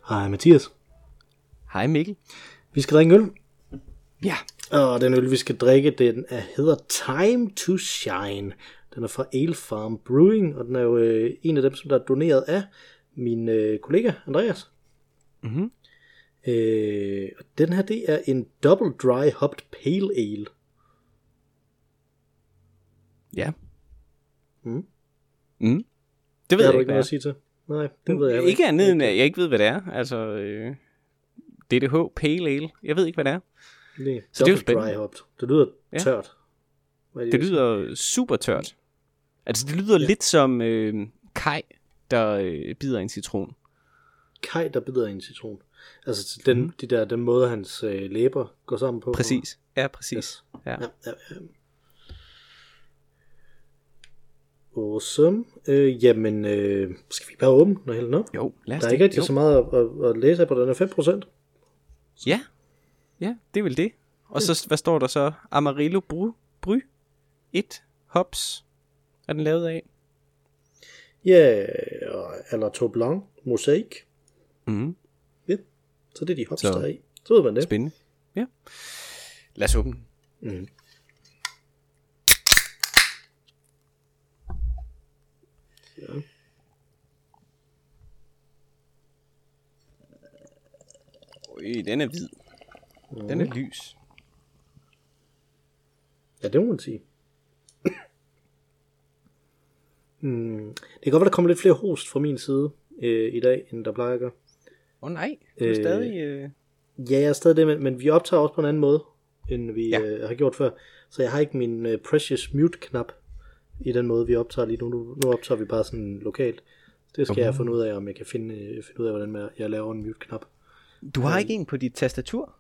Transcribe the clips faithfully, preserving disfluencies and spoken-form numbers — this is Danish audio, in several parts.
Hej Mathias. Hej Mikkel. Vi skal drikke øl. Ja. Og den øl vi skal drikke, den er, hedder Time to Shine. Den er fra Ale Farm Brewing, og den er jo øh, en af dem, som der er doneret af min øh, kollega Andreas. Mhm. Øh, og den her, det er en double dry hopped pale ale. Ja. Mm. Mm. Det ved det jeg ikke, ikke, hvad jeg sige til. Nej, det ved jeg ikke. Ikke andet end, at jeg ikke ved, hvad det er. Altså, øh, D D H Pale Ale. Jeg ved ikke, hvad det er. Nej, så det er jo spændende. Dry hopped. Det lyder ja. tørt. Hvad det lyder super tørt. Altså, det lyder ja. lidt som øh, Kai, der øh, bider en citron. Kai, der bider en citron. Altså, den, mm. de der, den måde, hans øh, læber går sammen på. Præcis. Ja, præcis. Yes. Ja. Ja, ja, ja. Awesome. Øh, jamen, øh, skal vi bare åbne og hælde den op? Jo, lad os Der er det. ikke rigtig jo. så meget at, at, at læse af på, den er fem procent. Ja, ja, det er vel det. Og så, hvad står der så? Amarillo Bry? Bry? et hops. Er den lavet af? Ja, eller to blanc, mosaik. Mhm. Ja, så det er de hops, Så- der er i. Så ved man det. Spændende. Ja. Lad os åbne. Mm. Ja. Øj, den er hvid. Den er lys. Ja, det må man sige. mm. Det kan godt være, der kommer lidt flere host fra min side øh, i dag, end der plejer at gøre. Åh oh, nej, du er Øh, stadig... Øh... Ja, jeg er stadig det, men, men vi optager også på en anden måde, end vi Ja. øh, har gjort før. Så jeg har ikke min øh, Precious Mute-knap i den måde, vi optager lige nu. Nu, nu optager vi bare sådan lokalt. Det skal uh-huh. jeg finde ud af, om jeg kan finde, øh, finde ud af, hvordan jeg laver en mute-knap. Du har ikke en på dit tastatur?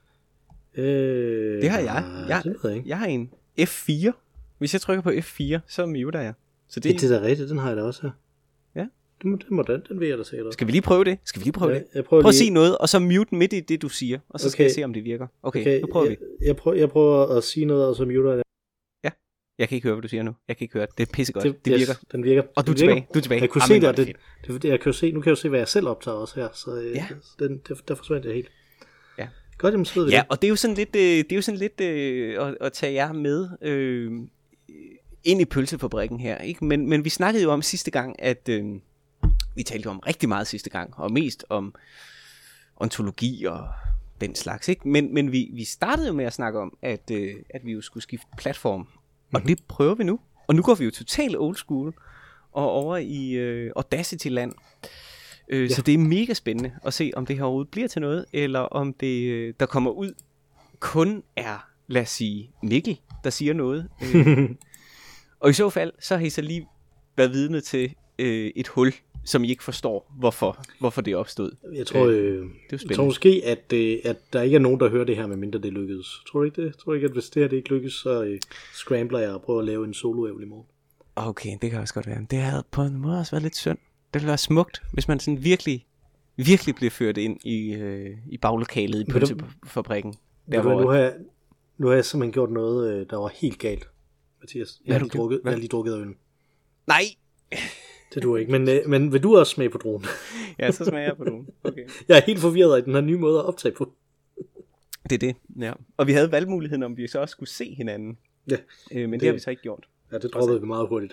Øh, Det har jeg. Jeg, Det ved jeg ikke. jeg har en F fire. Hvis jeg trykker på F fire, så muter jeg. Så Det, det, det er da rigtigt, den har jeg da også her. Ja. Det må, det må den, den vil jeg da sikkert også. Skal vi lige prøve det? Skal vi lige prøve Ja, det? jeg prøver Prøv at lige- sige noget, og så mute midt i det, du siger. Og så skal Okay. jeg se, om det virker. Okay, okay nu prøver jeg, vi. Jeg prøver, jeg prøver at sige noget, og så muter jeg. Jeg kan ikke høre, hvad du siger nu. Jeg kan ikke høre det. Det er pissegodt. Det, Det, det virker. Yes, den virker. Og du er Den virker. tilbage. Du er tilbage. Jeg kunne Amen, se hvor er det, det det, det, det, jeg kan jo se, nu kan jeg jo se, hvad jeg selv optager også her, så øh, Ja. den, det, der forsvandt jeg helt. Ja. Godt, jamen så ved vi Ja, det. og det er jo sådan lidt, øh, det er jo sådan lidt øh, at, at tage jer med øh, ind i pølsefabrikken her, ikke? Men, men vi snakkede jo om sidste gang, at øh, vi talte jo om rigtig meget sidste gang, og mest om ontologi og den slags, ikke? Men, men vi, vi startede jo med at snakke om, at, øh, at vi jo skulle skifte platform, og det prøver vi nu. Og nu går vi jo totalt old school og over i øh, Audacity-land. Øh, ja. Så det er mega spændende at se, om det her overhovedet bliver til noget, eller om det, øh, der kommer ud, kun er, lad os sige, Mikkel, der siger noget. Øh, og i så fald, så har I så lige været vidne til øh, et hul, som I ikke forstår, hvorfor, hvorfor det opstod. Jeg tror, øh, jo jeg spændende. tror måske, at, øh, at der ikke er nogen, der hører det her, medmindre det lykkedes. Tror du ikke det? Tror du ikke, at hvis det her det ikke lykkes, så øh, scrambler jeg og prøver at lave en solo-ævl i morgen. Okay, det kan også godt være. Det havde på en måde også været lidt synd. Det ville være smukt, hvis man sådan virkelig, virkelig blev ført ind i, øh, i baglokalet i Men du- pølsefabrikken. Der, Der, hvor... nu, hvor, har jeg, nu har jeg simpelthen gjort noget, øh, der var helt galt, Mathias. Jeg har har, du lige gjort? drukket, Hvad? jeg har lige drukket øl. nej! Det duer ikke, men, øh, men vil du også smage på dronen? Ja, så smager jeg på nogen. Okay. Jeg er helt forvirret af den her nye måde at optage på. Det er det, ja. Og vi havde valgmuligheden, om vi så også skulle se hinanden. Ja, Øh, men det, Det- det har vi så ikke gjort. ja det droppede vi meget hurtigt.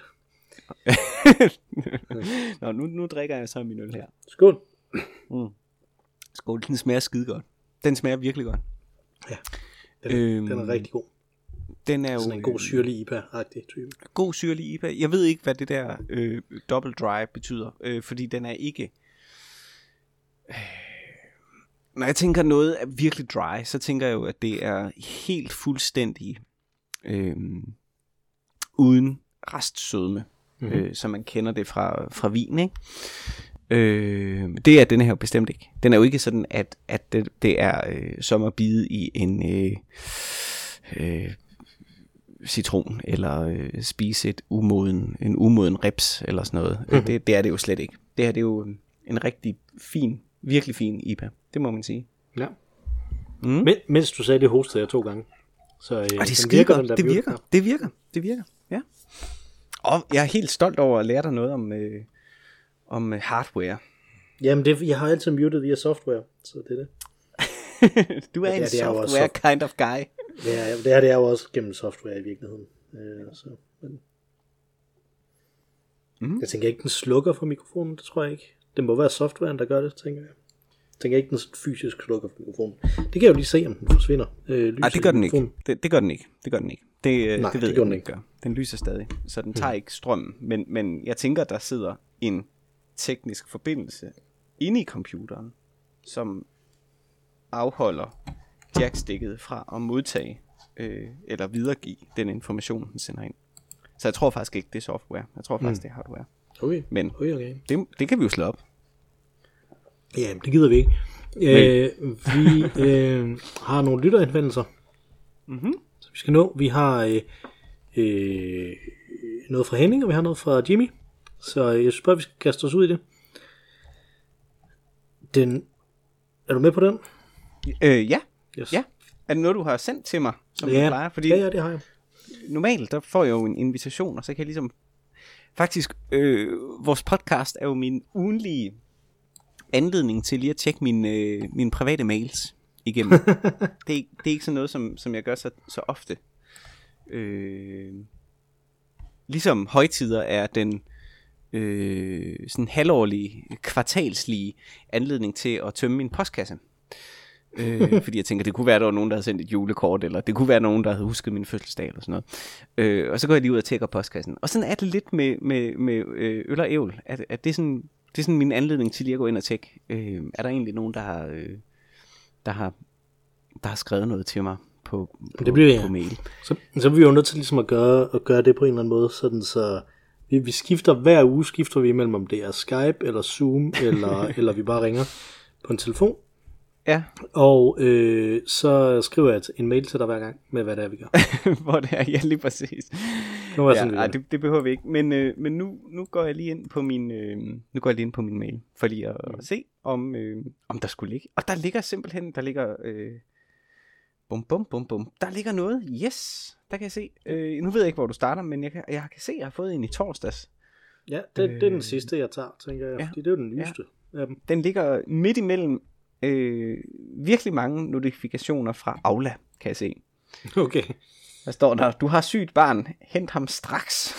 Nå, nu, nu drikker jeg så min øl her. Skål. Mm. Skål, den smager skide godt. Den smager virkelig godt. Den, Øhm, den er rigtig god. Den er jo Sådan en god syrlig I P A-agtig type. god syrlig I P A. Jeg ved ikke, hvad det der øh, double dry betyder, øh, fordi den er ikke... Øh, når jeg tænker noget er virkelig dry, så tænker jeg jo, at det er helt fuldstændig øh, uden restsødme, mm-hmm. øh, som man kender det fra, fra vin, ikke? Øh, det er den her bestemt ikke. Den er jo ikke sådan, at, at det, det er øh, som at bide i en... Øh, øh, citron, eller øh, spise et umoden, en umoden rips, eller sådan noget. Mm-hmm. Det, det er det jo slet ikke. Det her det er jo en rigtig fin, virkelig fin I P A. Det må man sige. Ja. Mm. Men, mens du sagde det, hostede jeg to gange. Så, øh, Og det er den skide godt. den der Det mute virker. knap. Det virker. Det virker. Ja. Og jeg er helt stolt over at lære dig noget om, øh, om øh, hardware. Jamen, det, jeg har altid muted via software, så det er det. Du er ja, en det er software soft- kind of guy. Ja, det her det er jo også gennem software i virkeligheden. Øh, så, men... mm. Jeg tænker ikke, den slukker for mikrofonen, det tror jeg ikke. Det må være softwaren, der gør det, tænker jeg. Jeg tænker ikke, den fysisk slukker for mikrofonen. Det kan jeg jo lige se, om den forsvinder. Øh, Nej, det gør den ikke. Det, det gør den ikke. Det gør den ikke. Det, Nej, det ved det jeg, den ikke. Gør. Den lyser stadig, så den tager mm. ikke strømmen. Men, men jeg tænker, der sidder en teknisk forbindelse inde i computeren, som afholder jackstikket fra at modtage øh, eller videregive den information, den sender ind. Så jeg tror faktisk ikke, det er software. Jeg tror faktisk, mm. det er hardware. Okay. Men okay, okay. Det, det kan vi jo slå op. Ja, det gider vi ikke. Øh, vi øh, har nogle lytterindvendelser, mm-hmm. så vi skal nå. Vi har øh, øh, noget fra Henning, og vi har noget fra Jimmy. Så jeg synes bare, vi skal kaste os ud i det. Den, er du med på den? Øh, ja. Yes. ja. Er det noget, du har sendt til mig, som ja. du plejer? Fordi ja, ja, det har jeg. Normalt, der får jeg jo en invitation, og så kan jeg ligesom... Faktisk, øh, vores podcast er jo min ugenlige anledning til lige at tjekke mine, øh, mine private mails igennem. det, er, det er ikke sådan noget, som, som jeg gør så, så ofte. Øh, ligesom højtider er den øh, sådan halvårlige, kvartalslige anledning til at tømme min postkasse. øh, fordi jeg tænker, det kunne være, der var nogen, der havde sendt et julekort, eller det kunne være nogen, der havde husket min fødselsdag, eller sådan noget. Øh, og så går jeg lige ud og tjekker postkassen. Og sådan er det lidt med, med, med øh, øl og ævl, at, at det, er sådan, det er sådan min anledning til lige at gå ind og tjekke. Øh, er der egentlig nogen, der har, øh, der har, der har skrevet noget til mig på, på, det bliver, på mail? Så, så er vi jo nødt til ligesom at gøre, at gøre det på en eller anden måde, sådan så vi, vi skifter hver uge, skifter vi imellem, om det er Skype, eller Zoom, eller, eller vi bare ringer på en telefon. Ja. Og øh, så skriver jeg en mail til dig hver gang med, hvad det er, vi gør. Hvor det er, ja, lige præcis. Nu er ja, sådan, nej, det, det behøver vi ikke. Men, øh, men nu, nu går jeg lige ind på min, øh, nu går jeg lige ind på min mail, for lige at mm. se, om, øh, om der skulle ligge. Og der ligger simpelthen, der ligger, øh, bum, bum, bum, bum. Der ligger noget, yes, der kan jeg se. Øh, nu ved jeg ikke, hvor du starter, men jeg kan, jeg kan se, at jeg har fået en i torsdags. Ja, det, øh, det er den sidste, jeg tager, tænker jeg, ja, fordi det er jo den nyeste ja. af dem. Den ligger midt imellem øh, virkelig mange notifikationer fra Aula, kan jeg se. Okay. Der står der, du har sygt barn, hent ham straks.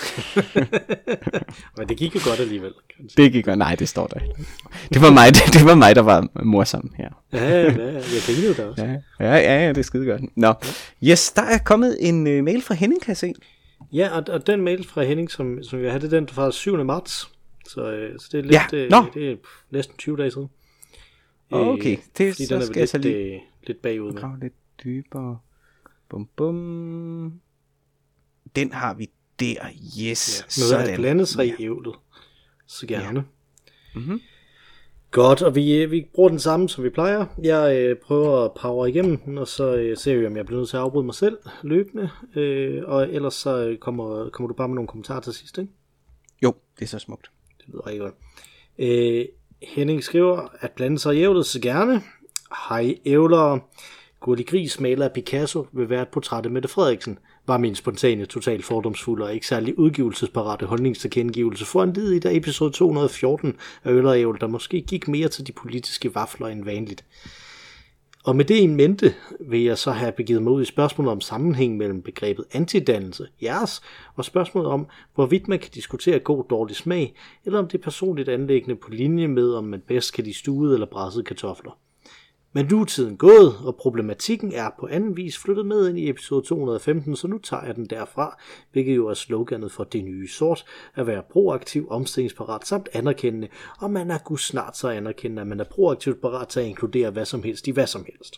Men det gik jo godt alligevel. Det gik godt, nej, det står der. Det var mig, det, det var mig der var morsom her. Ja, ja, ja, jeg tænkte jo der også. Ja, ja, ja, ja, det er skide godt. Nå, yes, der er kommet en uh, mail fra Henning, kan jeg se. Ja, og, og den mail fra Henning, som, som jeg havde, den fra syvende marts. Så, øh, så det er lidt, ja, øh, no. det er næsten tyve dage siden. Okay, det øh, så den er skal lidt, jeg så lige øh, lidt bagud med. Lidt dybere. Bum, bum. Den har vi der, yes. Ja, nu har jeg blandet sig ja. i ævlet. Så gerne. Ja. Mm-hmm. Godt, og vi, vi bruger den samme, som vi plejer. Jeg øh, prøver at power igennem den, og så øh, ser vi, om jeg bliver nødt til at afbryde mig selv løbende. Øh, og ellers så kommer, kommer du bare med nogle kommentarer til sidst, ikke? Jo, det er så smukt. Det lyder rigtig godt. Øh, Henning skriver, at blande sig i ævlet så gerne. Hej ævlere. Gurli Gris maler af Picasso vil være et portræt af Mette Frederiksen, var min spontane, totalt fordomsfulde og ikke særlig udgivelsesparate holdningstilkendegivelse for en lid i dag episode to hundrede og fjorten af Øl og Ævl, der måske gik mere til de politiske vafler end vanligt. Og med det i mente vil jeg så have begivet mig ud i spørgsmålet om sammenhæng mellem begrebet antidannelse, jeres, og spørgsmålet om, hvorvidt man kan diskutere god dårlig smag, eller om det er personligt anliggende på linje med, om man bedst kan lide stuede eller brassede kartofler. Men nu er tiden gået, og problematikken er på anden vis flyttet med ind i episode to hundrede og femten, så nu tager jeg den derfra, hvilket jo er sloganet for det nye sort, at være proaktiv, omstillingsparat samt anerkendende, og man er gud snart så anerkendende, at man er proaktivt parat til at inkludere hvad som helst i hvad som helst.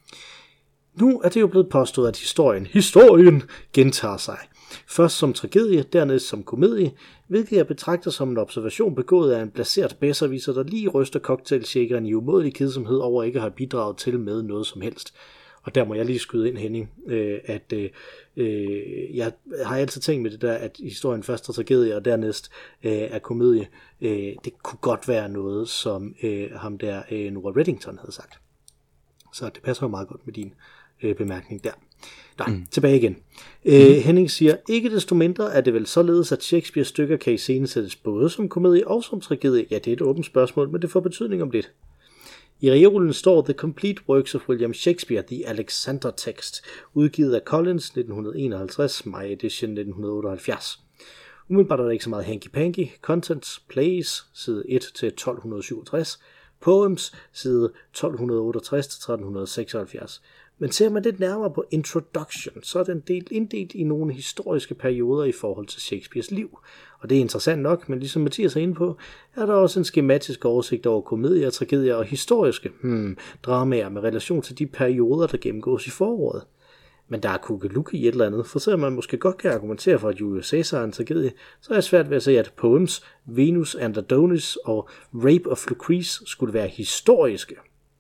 Nu er det jo blevet påstået, at historien, historien gentager sig. Først som tragedie, dernæst som komedie, hvilket jeg betragter som en observation begået af en blaseret bedserviser, der lige ryster cocktailshakeren i umådelig kedsomhed over ikke at have bidraget til med noget som helst. Og der må jeg lige skyde ind, Henning, øh, at øh, jeg har altid tænkt med det der, at historien først er tragedie, og dernæst øh, er komedie. Øh, det kunne godt være noget, som øh, ham der, øh, Nora Reddington, havde sagt. Så det passer jo meget godt med din øh, bemærkning der. Nå, mm. tilbage igen. Mm. Øh, Henning siger, ikke desto mindre er det vel således, at Shakespeares stykker kan iscenesættes både som komedie og som tragedie. Ja, det er et åbent spørgsmål, men det får betydning om lidt. I reolen står The Complete Works of William Shakespeare, The Alexander Text, udgivet af Collins nitten enoghalvtreds, My Edition nitten otteoghalvfjerds. Umiddelbart er der ikke så meget hanky-panky. Contents, Plays, side et til tolv syvogtres, Poems, side tolv otteogtres til tretten seksoghalvfjerds. Men ser man lidt nærmere på Introduction, så er den delt inddelt i nogle historiske perioder i forhold til Shakespeares liv. Og det er interessant nok, men ligesom Mathias er inde på, er der også en skematisk oversigt over komedier, tragedier og historiske hmm, dramaer med relation til de perioder, der gennemgås i forordet. Men der er kukkelukke i et eller andet, for selvom man måske godt kan argumentere for, at Julius Caesar er en tragedie, så er det svært ved at se, at Poems, Venus and Adonis og Rape of Lucrece skulle være historiske.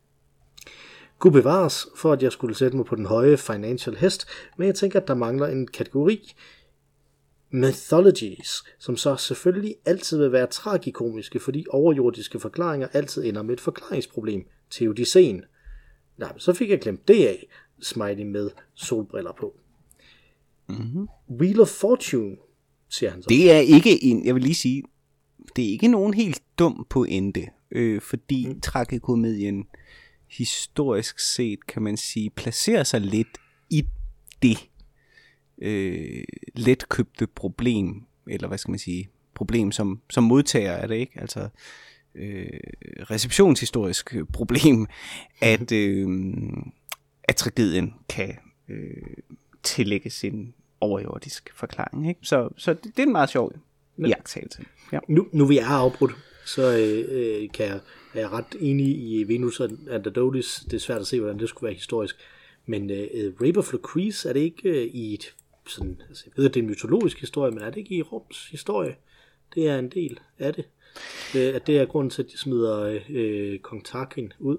Gud bevares for, at jeg skulle sætte mig på den høje financial hest, men jeg tænker, at der mangler en kategori, mythologies, som så selvfølgelig altid vil være tragikomiske, fordi overjordiske forklaringer altid ender med et forklaringsproblem. Teodiceen. Nej, så fik jeg glemt det af, smiley med solbriller på. Mm-hmm. Wheel of Fortune, siger han så. Det er ikke en, jeg vil lige sige, det er ikke nogen helt dum pointe, øh, fordi mm. tragikomedien historisk set, kan man sige, placerer sig lidt i det øh, letkøbte problem, eller hvad skal man sige, problem som, som modtager er det ikke, altså øh, receptionshistorisk problem, at, øh, at tragedien kan øh, tillægges en overjordisk forklaring, ikke? Så, så det, det er en meget sjov iagttagelse. Ja. Nu, nu vi er afbrudt, så øh, kan jeg, er jeg ret enig i Venus and Adonis. Det er svært at se, hvordan det skulle være historisk. Men øh, Rape of Lucrece, er det ikke øh, i et sådan, altså jeg ved, at det er en mytologisk historie, men er det ikke i Roms historie? Det er en del af det. Øh, at det er grunden til, at de smider øh, kong Tarquin ud.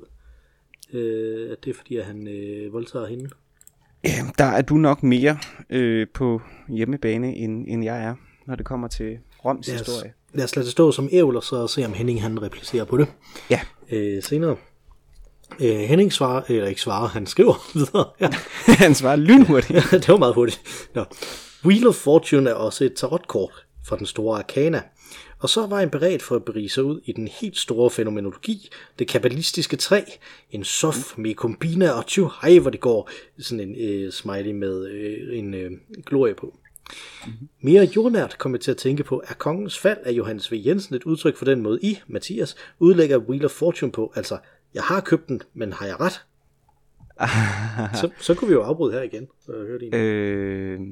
Øh, at det er fordi, at han øh, voldtager hende. Ja, der er du nok mere øh, på hjemmebane, end, end jeg er, når det kommer til Roms lad os, historie. Lad os lade det stå som ævl, og så se, om Henning han replicerer på det. Ja. Øh, senere. Øh, Henning svarer, eller ikke svarer, han skriver videre. Ja. Han svarer lynhurtigt. Det var meget hurtigt. Nå. Wheel of Fortune er også et tarotkort fra den store arkana. Og så var han beredt for at berige sig ud i den helt store fænomenologi, det kabbalistiske træ, en sof med kombina og tjo, hej hvor det går, sådan en øh, smiley med øh, en øh, glorie på. Mm-hmm. Mere jordnært kom jeg til at tænke på, er kongens fald af Johannes V. Jensen et udtryk for den måde I, Mathias, udlægger Wheel of Fortune på, altså, jeg har købt den, men har jeg ret? så, så kunne vi jo afbryde her igen. Så høre din. Øh...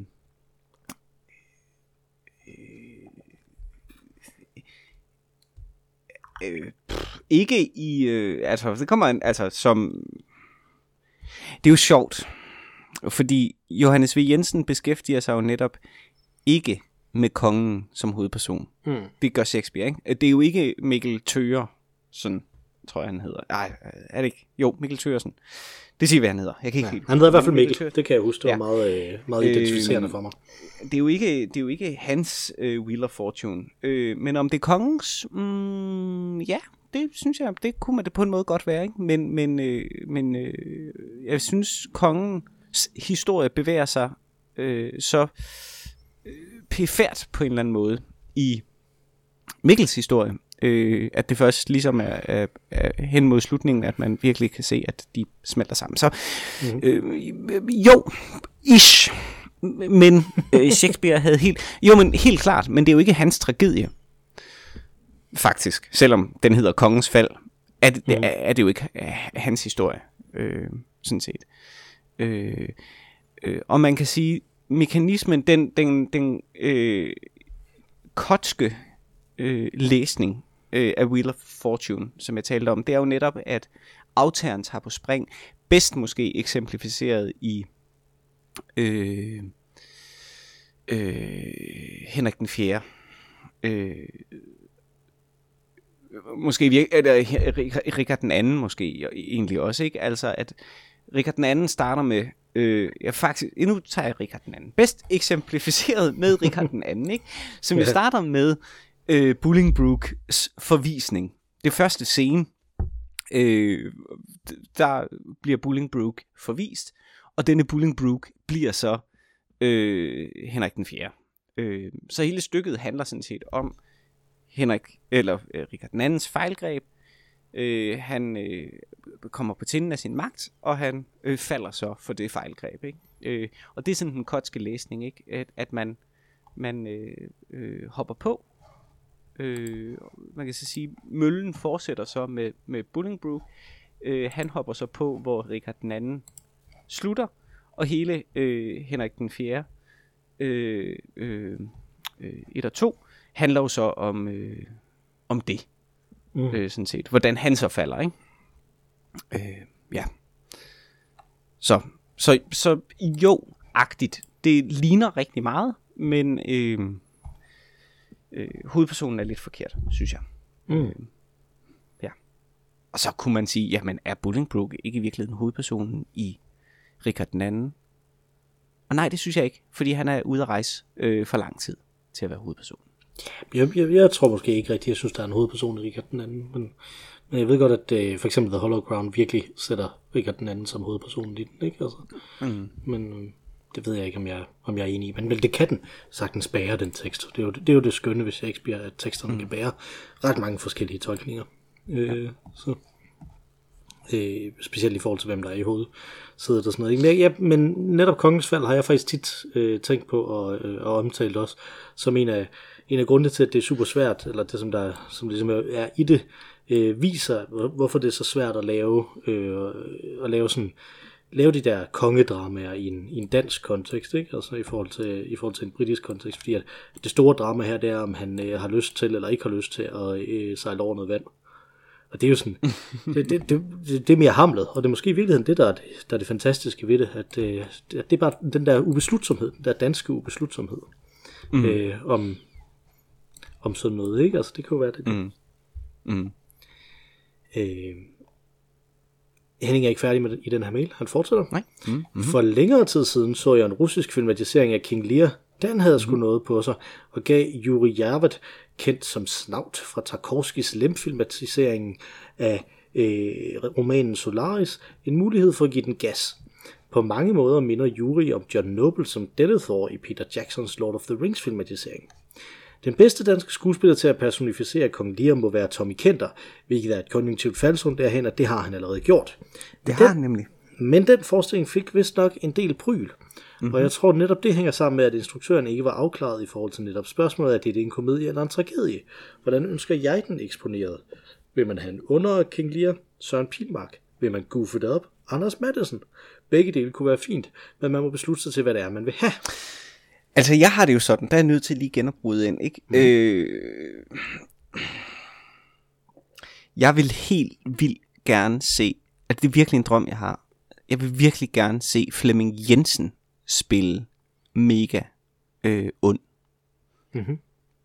Øh, pff, ikke i øh, altså det kommer en, altså som det er jo sjovt, fordi Johannes V. Jensen beskæftiger sig jo netop ikke med kongen som hovedperson. Mm. Det gør Shakespeare, ikke? Det er jo ikke Mikkel Thøgersen, tror jeg han hedder. Nej, er det ikke? Jo, Mikkel Thøgersen. Det siger hvad han hedder. Jeg kan ikke ja, helt. Han hedder i hvert fald Mikkel. Mikkel. Det kan jeg huske. Det var ja. meget, meget identificerende øh, for mig. Det er jo ikke, det er jo ikke hans øh, Wheel of Fortune. Øh, men om det er kongens, mm, ja, det synes jeg, det kunne man det på en måde godt være, ikke? Men, men, øh, men øh, jeg synes kongens historie bevæger sig øh, så øh, pæfærd på en eller anden måde i Mikkels historie. Øh, at det først ligesom er, er, er hen mod slutningen, at man virkelig kan se, at de smelter sammen. Så mm-hmm. øh, jo, ish, men øh, Shakespeare havde helt, jo, men helt klart, men det er jo ikke hans tragedie, faktisk, selvom den hedder Kongens Fald, er det, mm. er, er det jo ikke hans historie, øh, sådan set. Øh, øh, og man kan sige, mekanismen, den, den, den øh, kotske øh, læsning af Wheel of Fortune, som jeg talte om, det er jo netop, at aftageren tager på spring, bedst måske eksemplificeret i øh, øh, Henrik den fjerde. Øh, måske eller Richard den anden måske egentlig også, ikke? Altså at Richard den anden starter med øh, ja, faktisk, nu tager jeg Richard den anden. Bedst eksemplificeret med Richard den anden, ikke? Som jo starter med Øh, Bolingbroke's forvisning. Det første scene, øh, der bliver Bolingbroke forvist, og denne Bolingbroke bliver så øh, Henrik den fjerde. Øh, så hele stykket handler sådan set om Henrik, eller øh, Richard den andens fejlgreb. Øh, han øh, kommer på tinden af sin magt, og han øh, falder så for det fejlgreb, ikke? Øh, og det er sådan den kotske læsning, ikke? At, at man, man øh, øh, hopper på. Øh, man kan så sige, møllen fortsætter så med, med Bolingbroke. Øh, han hopper så på, hvor Richard den anden slutter, og hele øh, Henrik den fjerde øh, øh, øh, et og to handler jo så om, øh, om det. Mm. Øh, sådan set. Hvordan han så falder, ikke? Øh, ja. Så, så, så jo-agtigt. Det ligner rigtig meget, men øh, øh, hovedpersonen er lidt forkert, synes jeg. Mm. Øh, ja. Og så kunne man sige, jamen er Bolingbroke ikke i virkeligheden hovedpersonen i Richard den anden? Og nej, det synes jeg ikke, fordi han er ude at rejse øh, for lang tid til at være hovedpersonen. Jeg, jeg, jeg tror måske ikke rigtigt, jeg synes, der er en hovedperson i Richard den anden, men, men jeg ved godt, at øh, for eksempel The Hollow Crown virkelig sætter Richard den anden som hovedpersonen i den, ikke? Altså, mm. Men øh, det ved jeg ikke, om jeg, om jeg er enig i, men vel, det kan den sagtens bære, den tekst. Det er jo det, er jo det skønne ved Shakespeare, at teksterne mm. kan bære ret mange forskellige tolkninger. Øh, ja. Så... Øh, specielt i forhold til hvem der er i hovedet sidder der sådan noget. Men, ja, men netop Kongens Fald har jeg faktisk tit øh, tænkt på og, øh, og omtalt også som en af, en af grundene til, at det er super svært, eller det som der som ligesom er i det, øh, viser hvorfor det er så svært at lave øh, at lave sådan lave de der kongedramaer i en, i en dansk kontekst, ikke? Altså i forhold til i forhold til en britisk kontekst, fordi at det store drama her, det er om han øh, har lyst til eller ikke har lyst til at øh, sejle over noget vand. Og det er jo sådan, det, det, det, det er mere Hamlet, og det er måske i virkeligheden det, der er det, der er det fantastiske ved det, at, at det er bare den der ubeslutsomhed, den der danske ubeslutsomhed, mm. øh, om, om sådan noget, ikke? Altså det kan jo være det. Mm. Mm. Øh, Henning er ikke færdig med det, i den her mail, han fortsætter. Nej. Mm. Mm-hmm. For længere tid siden så jeg en russisk filmatisering af King Lear. Den havde sgu mm. noget på sig, og gav Yuri Jarvet, kendt som Snaut fra Tarkovskis Lem-filmatiseringen af øh, romanen Solaris, en mulighed for at give den gas. På mange måder minder Yuri om John Noble som Denethor i Peter Jacksons Lord of the Rings filmatisering. Den bedste danske skuespiller til at personificere Kong Lear må være Tommy Kenter, hvilket er et konjunktivt falsum derhen, at det har han allerede gjort. Det har han nemlig. Men den forestilling fik vist nok en del pryl. Mm-hmm. Og jeg tror netop det hænger sammen med, at instruktøren ikke var afklaret i forhold til netop spørgsmålet, at det er en komedie eller en tragedie. Hvordan ønsker jeg den eksponeret? Vil man have en under King Lear? Søren Pilmark? Vil man goofe det op? Anders Matthesen? Begge dele kunne være fint, men man må beslutte sig til, hvad det er, man vil have. Altså, jeg har det jo sådan, der er nødt til lige igen at bryde ind, ikke? Mm. Øh... Jeg vil helt vildt gerne se, at det er virkelig en drøm, jeg har. Jeg vil virkelig gerne se Flemming Jensen spille mega øh, ond. Mm-hmm.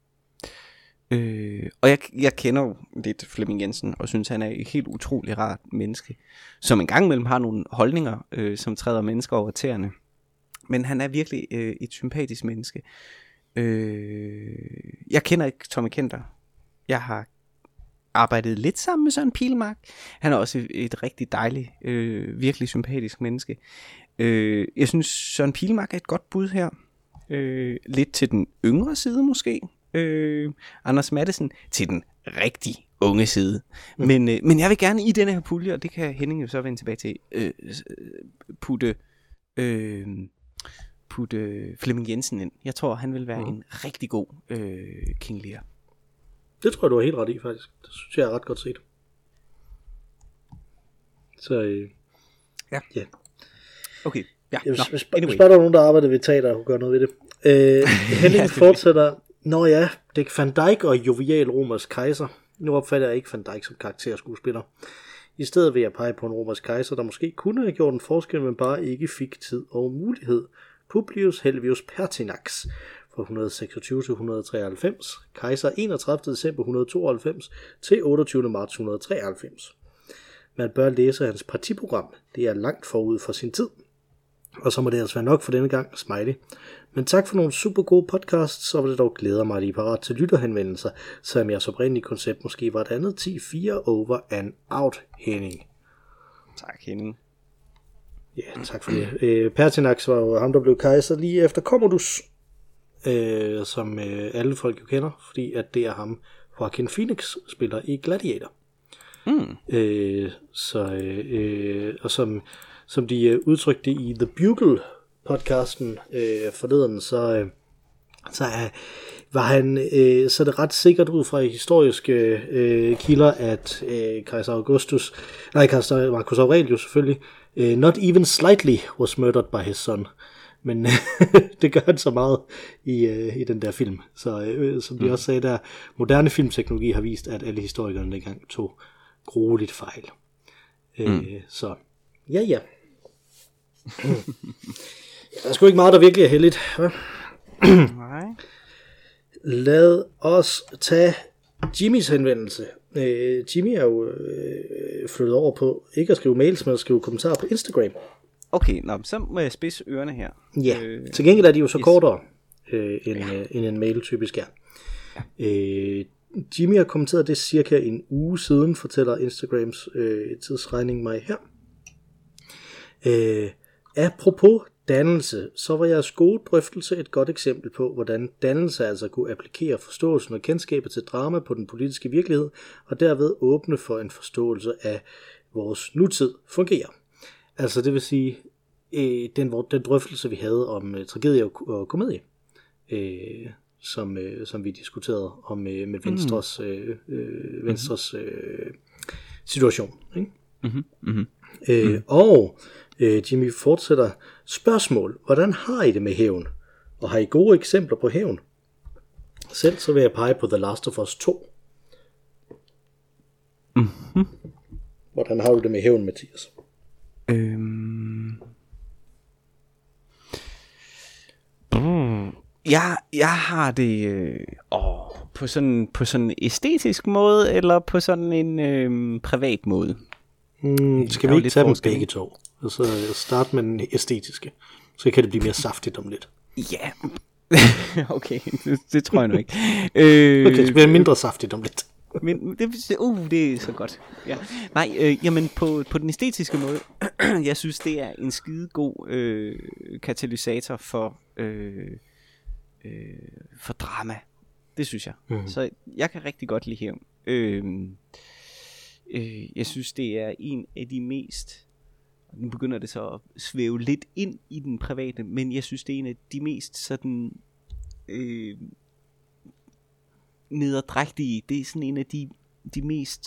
Øh, og jeg, jeg kender jo lidt Flemming Jensen, og synes, han er et helt utrolig rart menneske, som en gang imellem har nogle holdninger, øh, som træder mennesker over tæerne. Men han er virkelig øh, et sympatisk menneske. Øh, jeg kender ikke Tommy Kenter. Jeg har arbejdet lidt sammen med Søren Pilmark. Han er også et, et rigtig dejligt, øh, virkelig sympatisk menneske. Øh, jeg synes, Søren Pilmark er et godt bud her. Øh, lidt til den yngre side måske. Øh, Anders Matthesen til den rigtig unge side. Mm. Men, øh, men jeg vil gerne i denne her pulje, og det kan Henning jo så vende tilbage til, øh, putte... Øh, putte Flemming Jensen ind. Jeg tror, han vil være mm. en rigtig god øh, King Lear. Det tror jeg, du har helt ret i, faktisk. Det synes jeg er ret godt set. Så, øh, ja. ja. Okay, ja. Hvis, no, hvis, anyway. hvis bare der er nogen, der arbejder ved teater og gør noget ved det. Øh, Henning ja, fortsætter, nå ja, Dick Van Dyke og jovial romersk kejser. Nu opfatter jeg ikke Van Dyke som karakterskuespiller. I stedet vil jeg pege på en romersk kejser, der måske kunne have gjort en forskel, men bare ikke fik tid og mulighed. Publius Helvius Pertinax fra et hundrede seksogtyve til et hundrede treoghalvfems, kejser enogtredivte december et hundrede tooghalvfems til otteogtyvende marts et hundrede treoghalvfems. Man bør læse hans partiprogram, det er langt forud for sin tid. Og så må det altså være nok for denne gang, smiley. Men tak for nogle super gode podcasts, så vil det dog glæder mig, at I er parat til lytterhenvendelser, selvom jeres oprindelige koncept måske var et andet ti fire over and out, Henning. Tak, Henning. Ja, tak for det. Øh, Pertinax var jo ham, der blev kejser lige efter Commodus, øh, som øh, alle folk jo kender, fordi at det er ham, Joaquin Phoenix spiller i Gladiator. Mm. Øh, så, øh, og som, som de øh, udtrykte i The Bugle podcasten øh, forleden, så, øh, så er, var han, øh, så er det ret sikkert ud fra historiske øh, kilder, at øh, kejser Augustus, nej, kejser Marcus Aurelius selvfølgelig, øh, not even slightly was murdered by his son. Men det gør han så meget i, øh, i den der film. Så øh, som de mm. også sagde der, moderne filmteknologi har vist, at alle historikerne dengang tog grueligt fejl. Mm. Øh, så ja, ja. Der er sgu ikke meget, der virkelig er heldigt. Nej. Lad os tage Jimmys henvendelse. Øh, Jimmy er jo øh, flyttet over på ikke at skrive mails, men at skrive kommentarer på Instagram. Okay, nå, så må jeg spidse ørerne her. Ja, øh, til gengæld er de jo så yes. kortere øh, end, ja. øh, end en mail typisk er. Ja. Øh, Jimmy har kommenteret det cirka en uge siden, fortæller Instagrams øh, tidsregning mig her. Øh, apropos dannelse, så var jeres gode drøftelse et godt eksempel på, hvordan dannelse altså kunne applikere forståelsen og kendskabet til drama på den politiske virkelighed, og derved åbne for en forståelse af vores nutid fungerer. Altså det vil sige, øh, den, den drøftelse vi havde om øh, tragedie og, og komedie, øh, som, øh, som vi diskuterede om øh, med Venstres, øh, øh, Venstres øh, situation. Ikke? Mm-hmm. Mm-hmm. Øh, mm. Og øh, Jimmy fortsætter, spørgsmål, hvordan har I det med hævn? Og har I gode eksempler på hævn? Selv så vil jeg pege på The Last of Us to. Mm-hmm. Hvordan har du det med hævn, Mathias? Øhm... Mm. Jeg, jeg har det øh, åh, på sådan på sådan en æstetisk måde, eller på sådan en øh, privat måde. Mm, skal vi ikke tage dem begge to? Altså starte med den æstetiske. Så kan det blive mere saftigt om lidt. Ja, okay, det, det tror jeg nu ikke. øh, okay, det bliver mindre saftigt om lidt. Men det, uh, det er så godt. Ja. Nej, øh, jamen på, på den æstetiske måde, jeg synes det er en skide god øh, katalysator for øh, øh, for drama. Det synes jeg. Mm. Så jeg kan rigtig godt lide hævn. Øh, øh, jeg synes det er en af de mest, nu begynder det så at svæve lidt ind i den private, men jeg synes det er en af de mest sådan øh, nederdrægtige, det er sådan en af de, de mest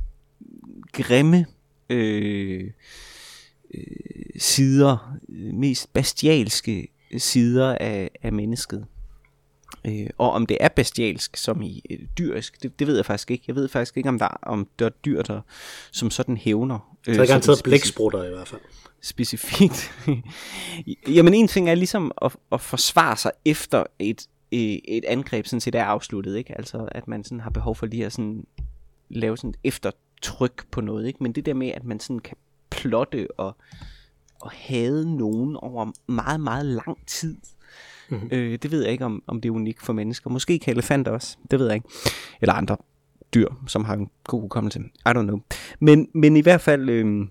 grimme øh, øh, sider, mest bestialske sider af, af mennesket. Øh, og om det er bestialsk som i øh, dyrisk, det, det ved jeg faktisk ikke. Jeg ved faktisk ikke, om der, om der er dyr, der som sådan hævner. Øh, så er garanteret speci- blæksprutter i hvert fald. Specifikt. Jamen en ting er ligesom at, at forsvare sig efter et et angreb sådan set er afsluttet, ikke? Altså at man sådan har behov for lige at sådan lave sådan et eftertryk på noget, ikke? Men det der med at man sådan kan plotte og og hade nogen over meget meget lang tid, mm-hmm. øh, det ved jeg ikke om om det er unikt for mennesker. Måske kan elefanter også, det ved jeg ikke, eller andre dyr som har en god hukommelse. I don't know. Men men i hvert fald øh,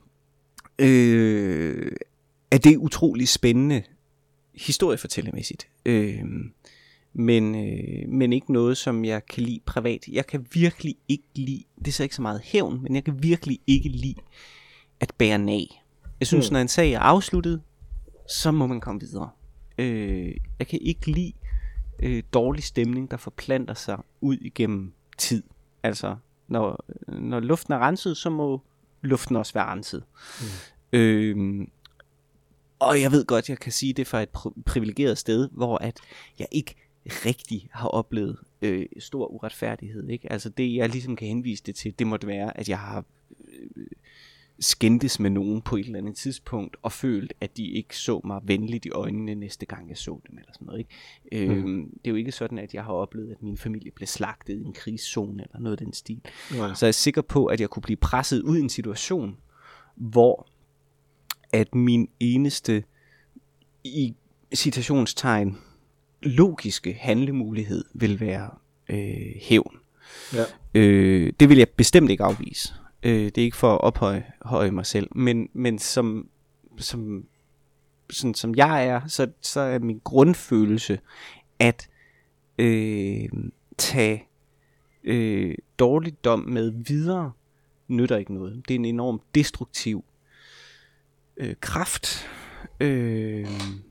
øh, er det utrolig spændende historiefortællemæssigt. Øh, Men, øh, men ikke noget, som jeg kan lide privat. Jeg kan virkelig ikke lide, det er så ikke så meget hævn, men jeg kan virkelig ikke lide at bære nag. Jeg synes, mm. når en sag er afsluttet, så må man komme videre. Øh, jeg kan ikke lide øh, dårlig stemning, der forplanter sig ud igennem tid. Altså, når, når luften er renset, så må luften også være renset. Mm. Øh, og jeg ved godt, jeg kan sige det fra et pri- privilegeret sted, hvor at jeg ikke rigtig har oplevet øh, stor uretfærdighed, ikke? Altså det jeg ligesom kan henvise det til, det måtte være at jeg har øh, skændtes med nogen på et eller andet tidspunkt og følt at de ikke så mig venligt i øjnene næste gang jeg så dem eller sådan noget, ikke? Mm. Øh, det er jo ikke sådan at jeg har oplevet at min familie blev slagtet i en krigszone eller noget af den stil. Ja. Så jeg er sikker på at jeg kunne blive presset ud i en situation hvor at min eneste i citationstegn logiske handlemulighed vil være øh, hævn. Ja. Øh, det vil jeg bestemt ikke afvise. Øh, det er ikke for at ophøje høje mig selv, men, men som som, sådan som jeg er, så, så er min grundfølelse, at øh, tage øh, dårligdom med videre, nytter ikke noget. Det er en enormt destruktiv øh, kraft, øh,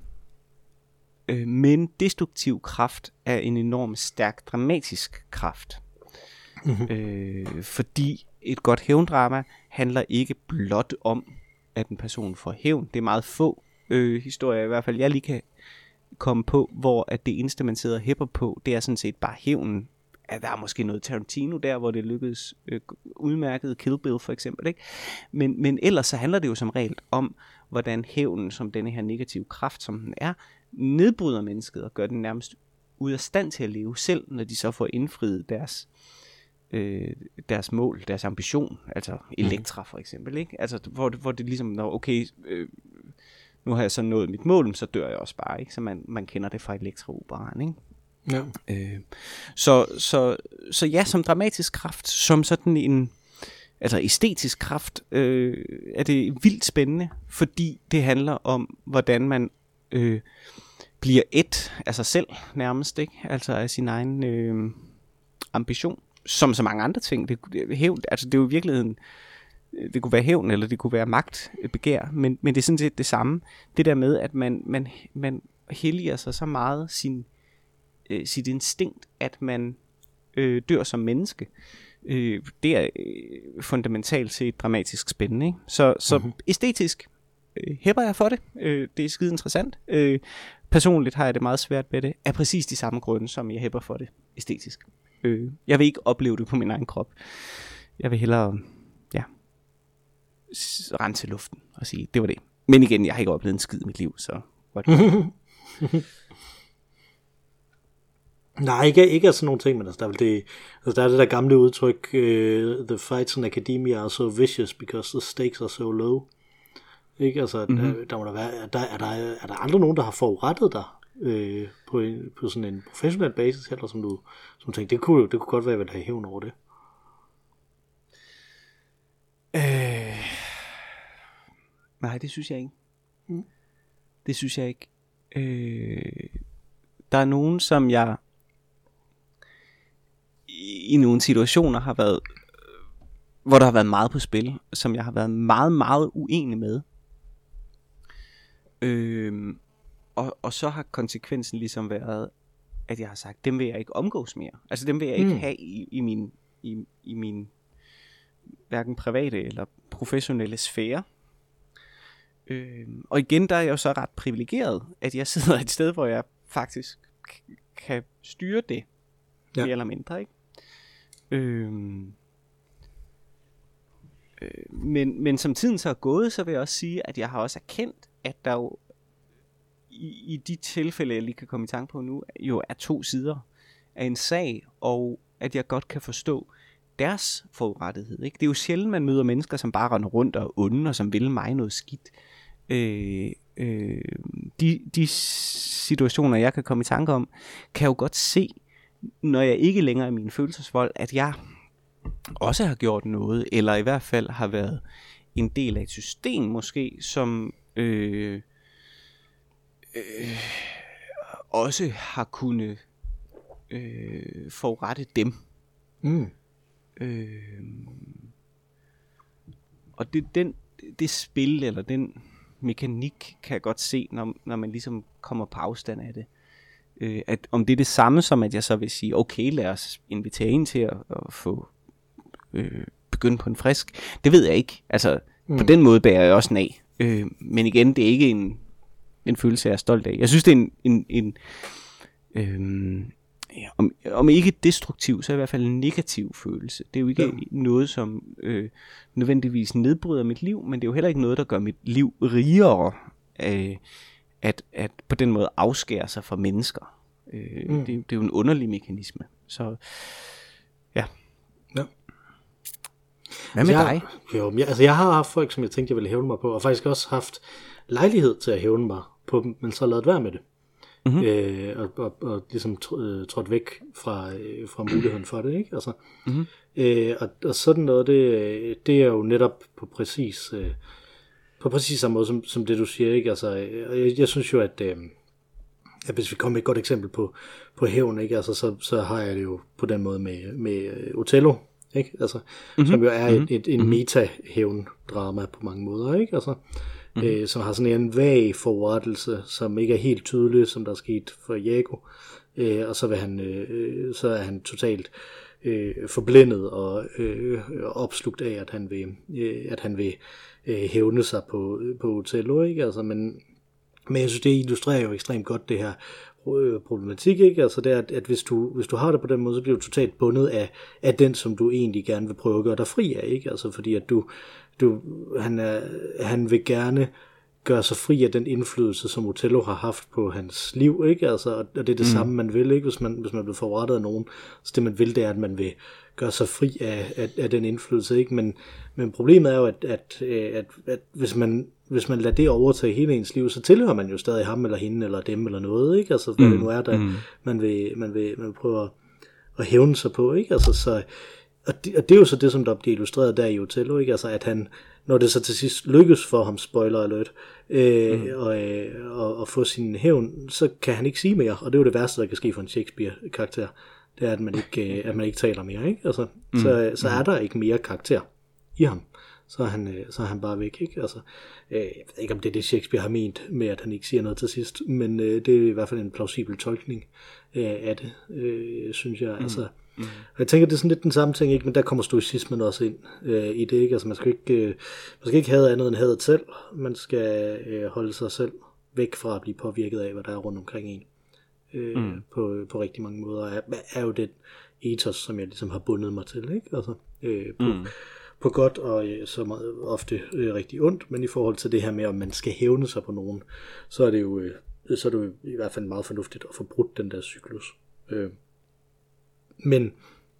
øh, men destruktiv kraft er en enormt stærk dramatisk kraft. Mm-hmm. Øh, fordi et godt hævndrama handler ikke blot om, at en person får hævn. Det er meget få øh, historier, i hvert fald jeg lige kan komme på, hvor at det eneste man sidder og hæpper på, det er sådan set bare hævnen. At der er måske noget Tarantino der, hvor det lykkedes øh, udmærket, Kill Bill for eksempel, ikke? Men, men ellers så handler det jo som regel om, hvordan hævnen, som denne her negative kraft, som den er, nedbryder mennesket og gør den nærmest ud af stand til at leve selv, når de så får indfriet deres øh, deres mål, deres ambition, altså Elektra for eksempel, ikke? Altså hvor det, hvor det ligesom, når okay, øh, nu har jeg så nået mit mål, så dør jeg også bare, ikke? Så man, man kender det fra Elektra-operaen, ikke? Ja. Øh, så, så, så ja, som dramatisk kraft, som sådan en, altså æstetisk kraft, øh, er det vildt spændende, fordi det handler om, hvordan man øh, bliver et af sig selv nærmest, ikke? Altså af sin egen øh, ambition, som så mange andre ting. Det, det, hævn, altså det er jo i virkeligheden, det kunne være hævn, eller det kunne være magt, begær, men, men det er sådan set det samme. Det der med, at man, man, man helliger sig så meget sin, øh, sit instinkt, at man øh, dør som menneske. Øh, det er øh, fundamentalt set dramatisk spændende, ikke? Så, så mm-hmm. æstetisk øh, hæpper jeg for det. Øh, det er skide interessant. Øh, personligt har jeg det meget svært med det, af præcis de samme grunde, som jeg hæpper for det æstetisk. Øh, jeg vil ikke opleve det på min egen krop. Jeg vil hellere, ja, rense luften og sige, det var det. Men igen, jeg har ikke oplevet en skid i mit liv, så Nej, ikke, ikke af sådan nogle ting, men altså, der, er det, altså, der er det der gamle udtryk, uh, the fights in academia are so vicious because the stakes are so low. Ikke? Altså, mm-hmm. der, der må der være, der, er, der, er der andre nogen, der har forurettet dig øh, på, en, på sådan en professionel basis, eller som du som tænkte, det kunne, det kunne godt være, at jeg ville have hævn over det? Øh... Nej, det synes jeg ikke. Mm. Det synes jeg ikke. Øh... Der er nogen, som jeg i, i nogle situationer har været, hvor der har været meget på spil, som jeg har været meget, meget uenig med. Øh... Og, og så har konsekvensen ligesom været, at jeg har sagt, dem vil jeg ikke omgås mere. Altså dem vil jeg ikke mm. have i, i min i, i min hverken private eller professionelle sfære. Øh, og igen, der er jeg jo så ret privilegeret, at jeg sidder et sted, hvor jeg faktisk k- kan styre det, ja. Mere eller mindre, ikke? Øh, øh, men, men som tiden så er gået, så vil jeg også sige, at jeg har også erkendt, at der jo i, i de tilfælde, jeg lige kan komme i tanke på nu, jo er to sider af en sag, og at jeg godt kan forstå deres forurettethed, ikke? Det er jo sjældent, man møder mennesker, som bare render rundt og onde, og som vil mig noget skidt. Øh, øh, de, de situationer, jeg kan komme i tanke om, kan jeg jo godt se, når jeg ikke længere er min følelsesvold, at jeg også har gjort noget, eller i hvert fald har været en del af et system måske, som øh, øh, også har kunnet øh, forurette dem. Mm. Øh, og det, den, det spil, eller den mekanik, kan jeg godt se, når, når man ligesom kommer på afstand af det. Øh, at om det er det samme som, at jeg så vil sige, okay, lad os invitere en til at, at få øh, begynde på en frisk. Det ved jeg ikke. Altså, mm. på den måde bærer jeg også af. Øh, men igen, det er ikke en, en følelse, jeg er stolt af. Jeg synes, det er en... en, en øh, Ja, om, om ikke destruktiv, så i hvert fald en negativ følelse. Det er jo ikke ja. noget, som øh, nødvendigvis nedbryder mit liv, men det er jo heller ikke noget, der gør mit liv rigere, øh, at, at på den måde afskære sig fra mennesker. Øh, mm. det, det er jo en underlig mekanisme. Så ja. ja. Hvad med jeg, dig? Jo, jeg, altså jeg har haft folk, som jeg tænkte, jeg ville hævne mig på, og faktisk også haft lejlighed til at hævne mig på dem, men så ladet være med det. Mm-hmm. Øh, og, og, og ligesom trådt væk fra, øh, fra muligheden for det, ikke? Altså, mm-hmm. øh, og, og sådan noget, det, det er jo netop på præcis øh, på præcis samme måde som, som det, du siger, ikke? Altså, jeg, jeg synes jo, at, øh, at hvis vi kommer med et godt eksempel på, på hævn, ikke? Altså, så, så har jeg det jo på den måde med, med Othello, ikke? Altså, mm-hmm. som jo er et, et, en meta-hævn-drama på mange måder, ikke? Altså, mm-hmm. øh, som har sådan en vag forrettelse, som ikke er helt tydelig, som der er sket for Iago, øh, og så, vil han, øh, så er han totalt øh, forblændet og øh, opslugt af, at han vil, øh, at han vil øh, hævne sig på, på Othello, ikke? Altså, men, men jeg synes, det illustrerer jo ekstremt godt det her problematik, ikke? Altså det er, at, at hvis, du, hvis du har det på den måde, så bliver du totalt bundet af, af den, som du egentlig gerne vil prøve at gøre dig fri af, ikke? Altså fordi at du, du han, er, han vil gerne gøre sig fri af den indflydelse, som Othello har haft på hans liv, ikke? Altså, og det er det mm. samme, man vil, ikke? Hvis man, hvis man bliver forrettet af nogen, så det man vil, det er, at man vil gøre sig fri af, af, af den indflydelse, ikke? Men, men problemet er jo, at, at, at, at hvis man hvis man lader det overtage hele ens liv, så tilhører man jo stadig ham eller hende eller dem eller noget, ikke? Altså hvad mm. det nu er, der mm. man vil man vil man vil prøve at, at hævne sig på, ikke? Altså så og det, og det er jo så det, som der bliver illustreret der i Othello, ikke? Altså at han, når det så til sidst lykkes for ham, spoiler alert, øh, mm. og, øh, og, og få sin hævn, så kan han ikke sige mere, og det er jo det værste, der kan ske for en Shakespeare-karakter, det er, at man ikke, øh, at man ikke taler mere, ikke? Altså, mm. så, så er der ikke mere karakter i ham. Så er han, så er han bare væk, ikke? Altså, øh, jeg ved ikke, om det er det, Shakespeare har ment med, at han ikke siger noget til sidst, men øh, det er i hvert fald en plausibel tolkning øh, af det, øh, synes jeg. Mm. Altså, mm. Og jeg tænker, det er sådan lidt den samme ting, ikke? Men der kommer stoicismen også ind øh, i det, ikke? Altså, man skal ikke, øh, man skal ikke have andet end hadet selv. Man skal øh, holde sig selv væk fra at blive påvirket af, hvad der er rundt omkring en. Øh, mm. på, på rigtig mange måder. Er, er jo det ethos, som jeg ligesom har bundet mig til, ikke? Altså, øh, på... Mm. på godt og øh, så meget, ofte øh, rigtig ondt, men i forhold til det her med, om man skal hævne sig på nogen, så er det jo, øh, så er det jo i hvert fald meget fornuftigt at få brudt den der cyklus. Øh. Men,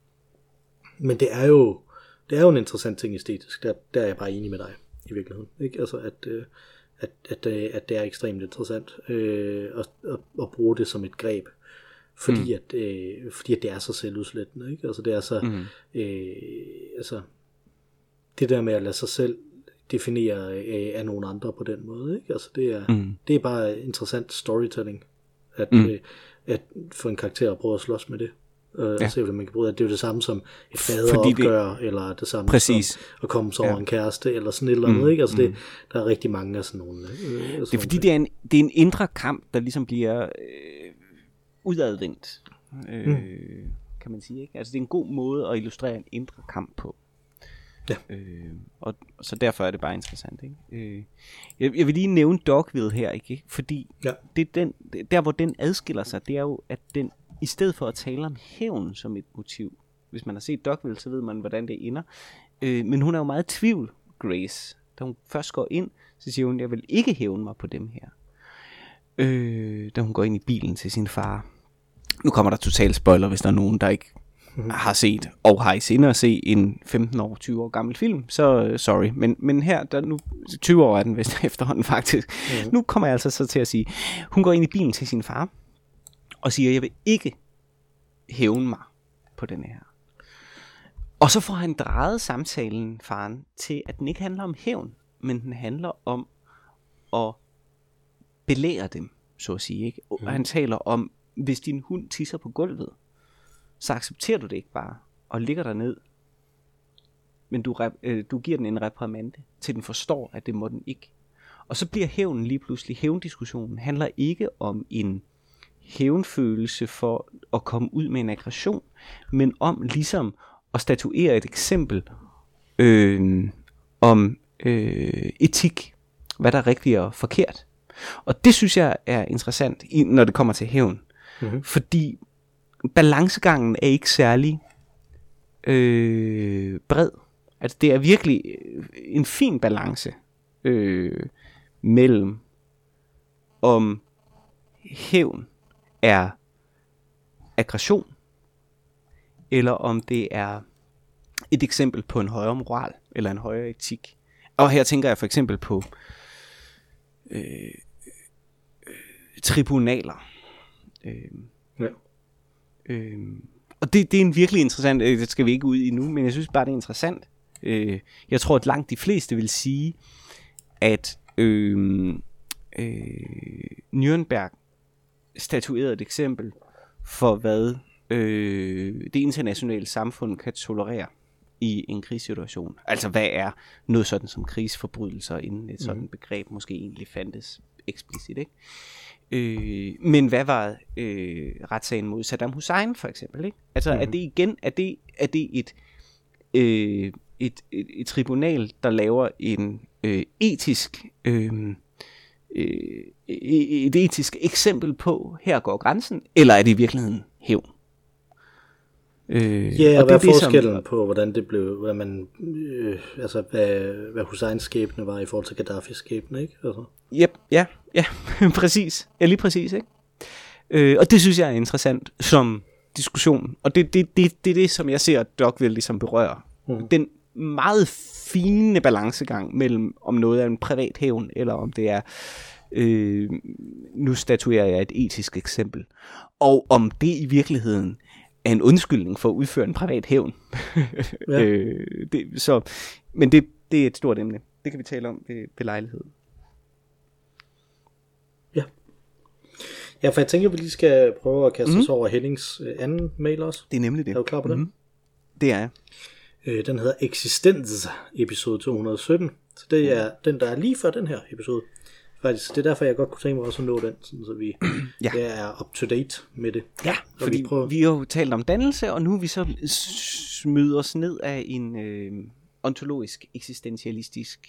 men det er jo det er jo en interessant ting æstetisk, der, der er jeg bare enig med dig i virkeligheden, ikke? Altså at, øh, at, at, at det er ekstremt interessant øh, at, at, at bruge det som et greb, fordi, mm. at, øh, fordi at det er så selvudslættende, ikke? Altså det er så mm. øh, altså det der med at lade sig selv definere af, af nogle andre på den måde, ikke? Altså det er, mm. det er bare interessant storytelling, at, mm. øh, at få en karakter at prøve at slås med det, øh, ja. Og se, hvordan man kan bruge det. Det er jo det samme som et faderopgør, det... eller det samme Præcis. som at komme sig over ja. en kæreste, eller sådan et eller andet, mm. ikke? Altså det, der er rigtig mange af sådan nogle. Øh, sådan det er fordi, det er, en, det er en indre kamp, der ligesom bliver øh, udadvendt, øh, mm. kan man sige, ikke? Altså det er en god måde at illustrere en indre kamp på. Ja. Øh, og så derfor er det bare interessant, ikke? Øh, jeg, jeg vil lige nævne Dogville her, ikke? Fordi ja. det er den, der hvor den adskiller sig, det er jo at den i stedet for at tale om hævn som et motiv, hvis man har set Dogville, så ved man hvordan det ender, øh, men hun er jo meget i tvivl, Grace, da hun først går ind, så siger hun, jeg vil ikke hævne mig på dem her, øh, da hun går ind i bilen til sin far. Nu kommer der total spoiler, hvis der er nogen der ikke har set og har i sinde at se en femten år, tyve år gammel film, så uh, sorry, men, men her, der nu, tyve år er den vist efterhånden faktisk, mm. nu kommer jeg altså så til at sige, hun går ind i bilen til sin far, og siger, jeg vil ikke hævne mig på den her. Og så får han drejet samtalen, faren, til at den ikke handler om hævn, men den handler om at belære dem, så at sige, ikke? Og mm. han taler om, hvis din hund tisser på gulvet, så accepterer du det ikke bare, og ligger der ned, men du, øh, du giver den en reprimande, til den forstår, at det må den ikke. Og så bliver hævnen lige pludselig, hævndiskussionen handler ikke om en hævnfølelse for at komme ud med en aggression, men om ligesom at statuere et eksempel øh, om øh, etik, hvad der er rigtigt og forkert. Og det synes jeg er interessant, når det kommer til hævn, mm-hmm. fordi balancegangen er ikke særlig øh, bred. Altså det er virkelig en fin balance øh, mellem om hævn er aggression, eller om det er et eksempel på en højere moral eller en højere etik. Og her tænker jeg for eksempel på øh, øh, tribunaler. Øh, ja. Øh, og det, det er en virkelig interessant, det skal vi ikke ud i nu, men jeg synes bare det er interessant. Øh, jeg tror at langt de fleste vil sige, at øh, øh, Nürnberg statuerede et eksempel for, hvad øh, det internationale samfund kan tolerere i en krigssituation. Altså, hvad er noget sådan som krigsforbrydelser, inden et sådan begreb måske egentlig fandtes eksplicit, ikke? Øh, men hvad var øh, retssagen mod Saddam Hussein, for eksempel, ikke? Altså, mm-hmm. er det igen, er det, er det et, øh, et, et, et tribunal, der laver en øh, etisk... Øh, et etisk eksempel på, her går grænsen, eller er det i virkeligheden hævn? Øh, ja, og, og hvad er forskellen som... på, hvordan det blev, hvordan man, øh, altså hvad, hvad Husseins skæbne var i forhold til Gaddafis skæbne, ikke? Altså. Yep, ja, ja, præcis. Ja, lige præcis, ikke? Øh, og det synes jeg er interessant som diskussion, og det er det, det, det, det, som jeg ser, at Doc vil ligesom berøre. Mm. Den meget fine balancegang mellem, om noget er en privat hævn, eller om det er, øh, nu statuerer jeg et etisk eksempel, og om det i virkeligheden er en undskyldning for at udføre en privat hævn. Ja. øh, det, så, men det, det er et stort emne. Det kan vi tale om ved, ved lejlighed. Ja. Ja, for jeg tænker, at vi lige skal prøve at kaste mm-hmm. os over Hennings anden mail også. Det er nemlig det. Er du klar på mm-hmm. det? Det er jeg. Øh, den hedder Eksistens, episode to hundrede og sytten. Så det er den, der er lige før den her episode. Faktisk, det er derfor, jeg godt kunne tænke mig også at nå den, sådan, så vi ja. er up to date med det. Ja, så fordi vi, prøver... vi har jo talt om dannelse, og nu er vi så smyder os ned af en øh, ontologisk, eksistentialistisk,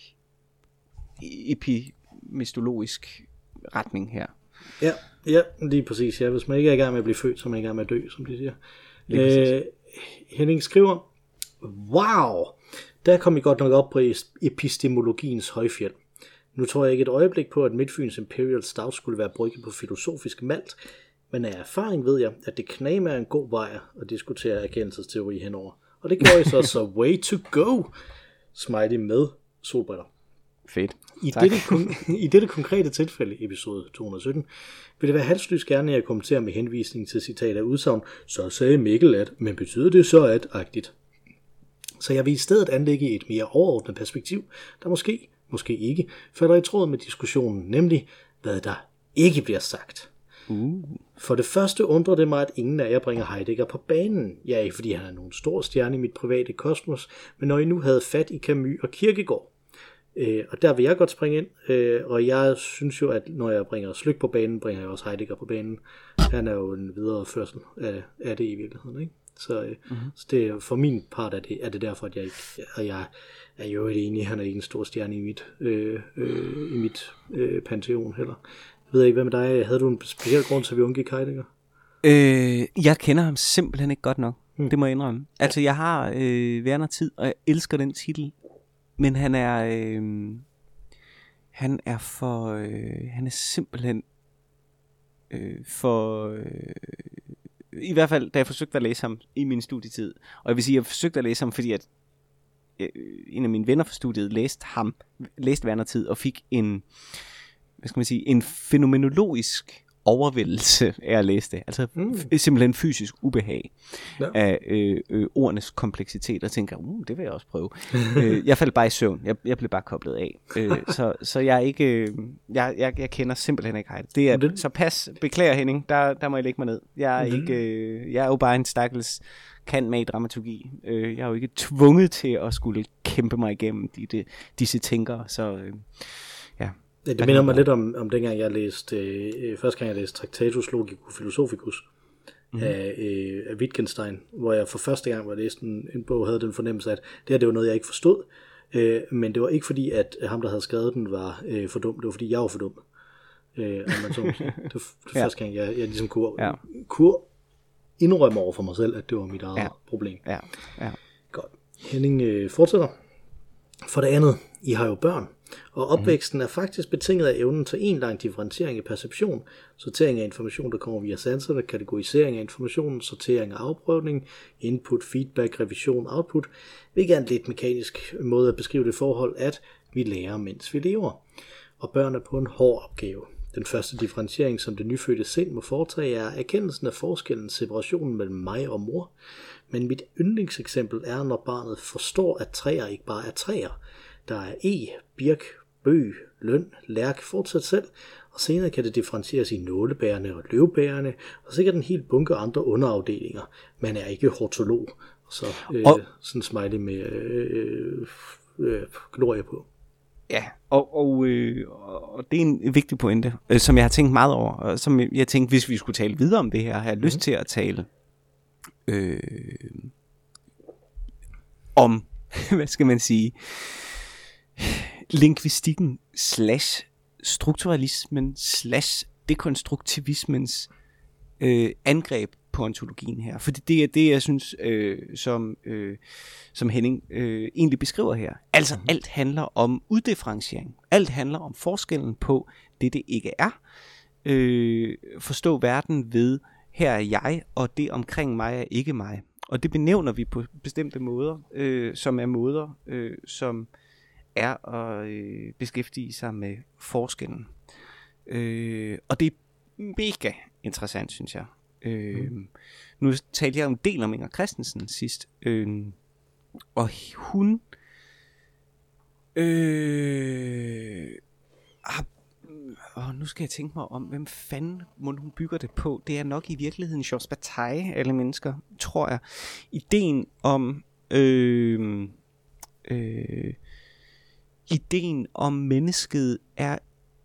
epistemologisk retning her. Ja, ja, lige præcis. Ja. Hvis man ikke er i gang med at blive født, så er man i gang med at dø, som de siger. Øh, Henning skriver, wow, der kom I godt nok op på epistemologiens højfjeld. Nu tror jeg ikke et øjeblik på, at Midtfyns Imperial Stout skulle være brygget på filosofisk malt, men af erfaring ved jeg, at det knæme er en god vej at diskutere erkendelsesteori henover. Og det gjorde I så, så way to go, smiley med solbriller. Fedt. I dette, kun, I dette konkrete tilfælde, episode to hundrede og sytten, vil det være halslys gerne, at jeg kommenterer med henvisning til citat af udsagn, så sagde Mikkel at, men betyder det så at, agtigt. Så jeg vil i stedet anlægge et mere overordnet perspektiv, der måske, måske ikke, falder i tråd med diskussionen, nemlig hvad der ikke bliver sagt. Uh. For det første undrer det mig, at ingen af jer bringer Heidegger på banen. Ja, ikke fordi han er nogen stor stjerne i mit private kosmos, men når I nu havde fat i Camus og Kierkegaard. Øh, og der vil jeg godt springe ind, øh, og jeg synes jo, at når jeg bringer Slyk på banen, bringer jeg også Heidegger på banen. Han er jo en videreførsel af, af det i virkeligheden, ikke? Så, øh, mm-hmm. så det er for min part er det, er det derfor, at jeg ikke, og jeg er jo ikke enig, han er ikke en stor stjerne i mit, øh, øh, i mit øh, pantheon heller. Jeg ved ikke, hvad med dig? Havde du en speciel grund til, at vi undgik Heidegger? Øh, jeg kender ham simpelthen ikke godt nok. Hmm. Det må jeg indrømme. Altså, jeg har øh, Werner Tid, og jeg elsker den titel. Men han er, øh, han er for, øh, han er simpelthen øh, for, øh, i hvert fald, da jeg forsøgte at læse ham i min studietid, og jeg vil sige, at jeg forsøgte at læse ham, fordi at øh, en af mine venner fra studiet læste ham, læste Werner Tid, og fik en, hvad skal man sige, en fænomenologisk overvældelse af at læse det. Altså mm. f- simpelthen fysisk ubehag ja. af øh, øh, ordenes kompleksitet, og tænker, uh, det vil jeg også prøve. øh, jeg faldt bare i søvn. Jeg, jeg blev bare koblet af. Øh, så, så jeg er ikke, øh, jeg, jeg, jeg kender simpelthen ikke Heidegger. Det er, det... Så pas, beklager Henning, der, der må jeg lægge mig ned. Jeg er, ikke, øh, jeg er jo bare en stakkels kan med i dramaturgi. Øh, jeg er jo ikke tvunget til at skulle kæmpe mig igennem de, de, disse tænkere, så øh, ja. Det, det minder mig lidt om, om dengang jeg læste, øh, første gang jeg læste Tractatus Logicus Philosophicus mm-hmm. af, øh, af Wittgenstein, hvor jeg for første gang, hvor jeg læste en, en bog, havde den fornemmelse, at det her, det var noget, jeg ikke forstod, øh, men det var ikke fordi, at ham, der havde skrevet den, var øh, for dum, det var fordi, jeg var for dum. Øh, man så, det var det ja. første gang, jeg, jeg ligesom kunne, ja. kunne indrømme over for mig selv, at det var mit eget ja. problem. Ja. Ja. Godt. Henning øh, fortsætter. For det andet, I har jo børn. Og opvæksten er faktisk betinget af evnen til en lang differentiering af perception, sortering af information, der kommer via sanserne, kategorisering af informationen, sortering af afprøvning, input, feedback, revision, output, hvilket er en lidt mekanisk måde at beskrive det forhold, at vi lærer, mens vi lever. Og børn er på en hård opgave. Den første differentiering, som det nyfødte sind må foretage, er erkendelsen af forskellen, separationen mellem mig og mor. Men mit yndlingseksempel er, når barnet forstår, at træer ikke bare er træer. Der er eg, birk, bøg, løn, lærk fortsat selv, og senere kan det differentieres i nålebærerne og løvbærerne, og sikkert en hel bunke andre underafdelinger. Man er ikke hortolog. Så øh, og, sådan en smiley med øh, øh, glorie på. Ja, og, og, øh, og det er en vigtig pointe, øh, som jeg har tænkt meget over, og som jeg tænkte, hvis vi skulle tale videre om det her, har jeg mm. lyst til at tale øh, om, hvad skal man sige, lingvistikken slash strukturalismen slash dekonstruktivismens øh, angreb på ontologien her. Fordi det er det, jeg synes, øh, som, øh, som Henning øh, egentlig beskriver her. Altså mm-hmm. alt handler om uddifferentiering. Alt handler om forskellen på det, det ikke er. Øh, forstå verden ved, her er jeg, og det omkring mig er ikke mig. Og det benævner vi på bestemte måder, øh, som er måder, øh, som er at øh, beskæftige sig med forskellen. Øh, og det er mega interessant, synes jeg. Øh, mm. Nu talte jeg en del om Inger Christensen sidst, øh, og hun øh, har, åh, nu skal jeg tænke mig om, hvem fanden må hun bygger det på. Det er nok i virkeligheden Georges Bataille, alle mennesker, tror jeg. Ideen om øh, øh, ideen om mennesket er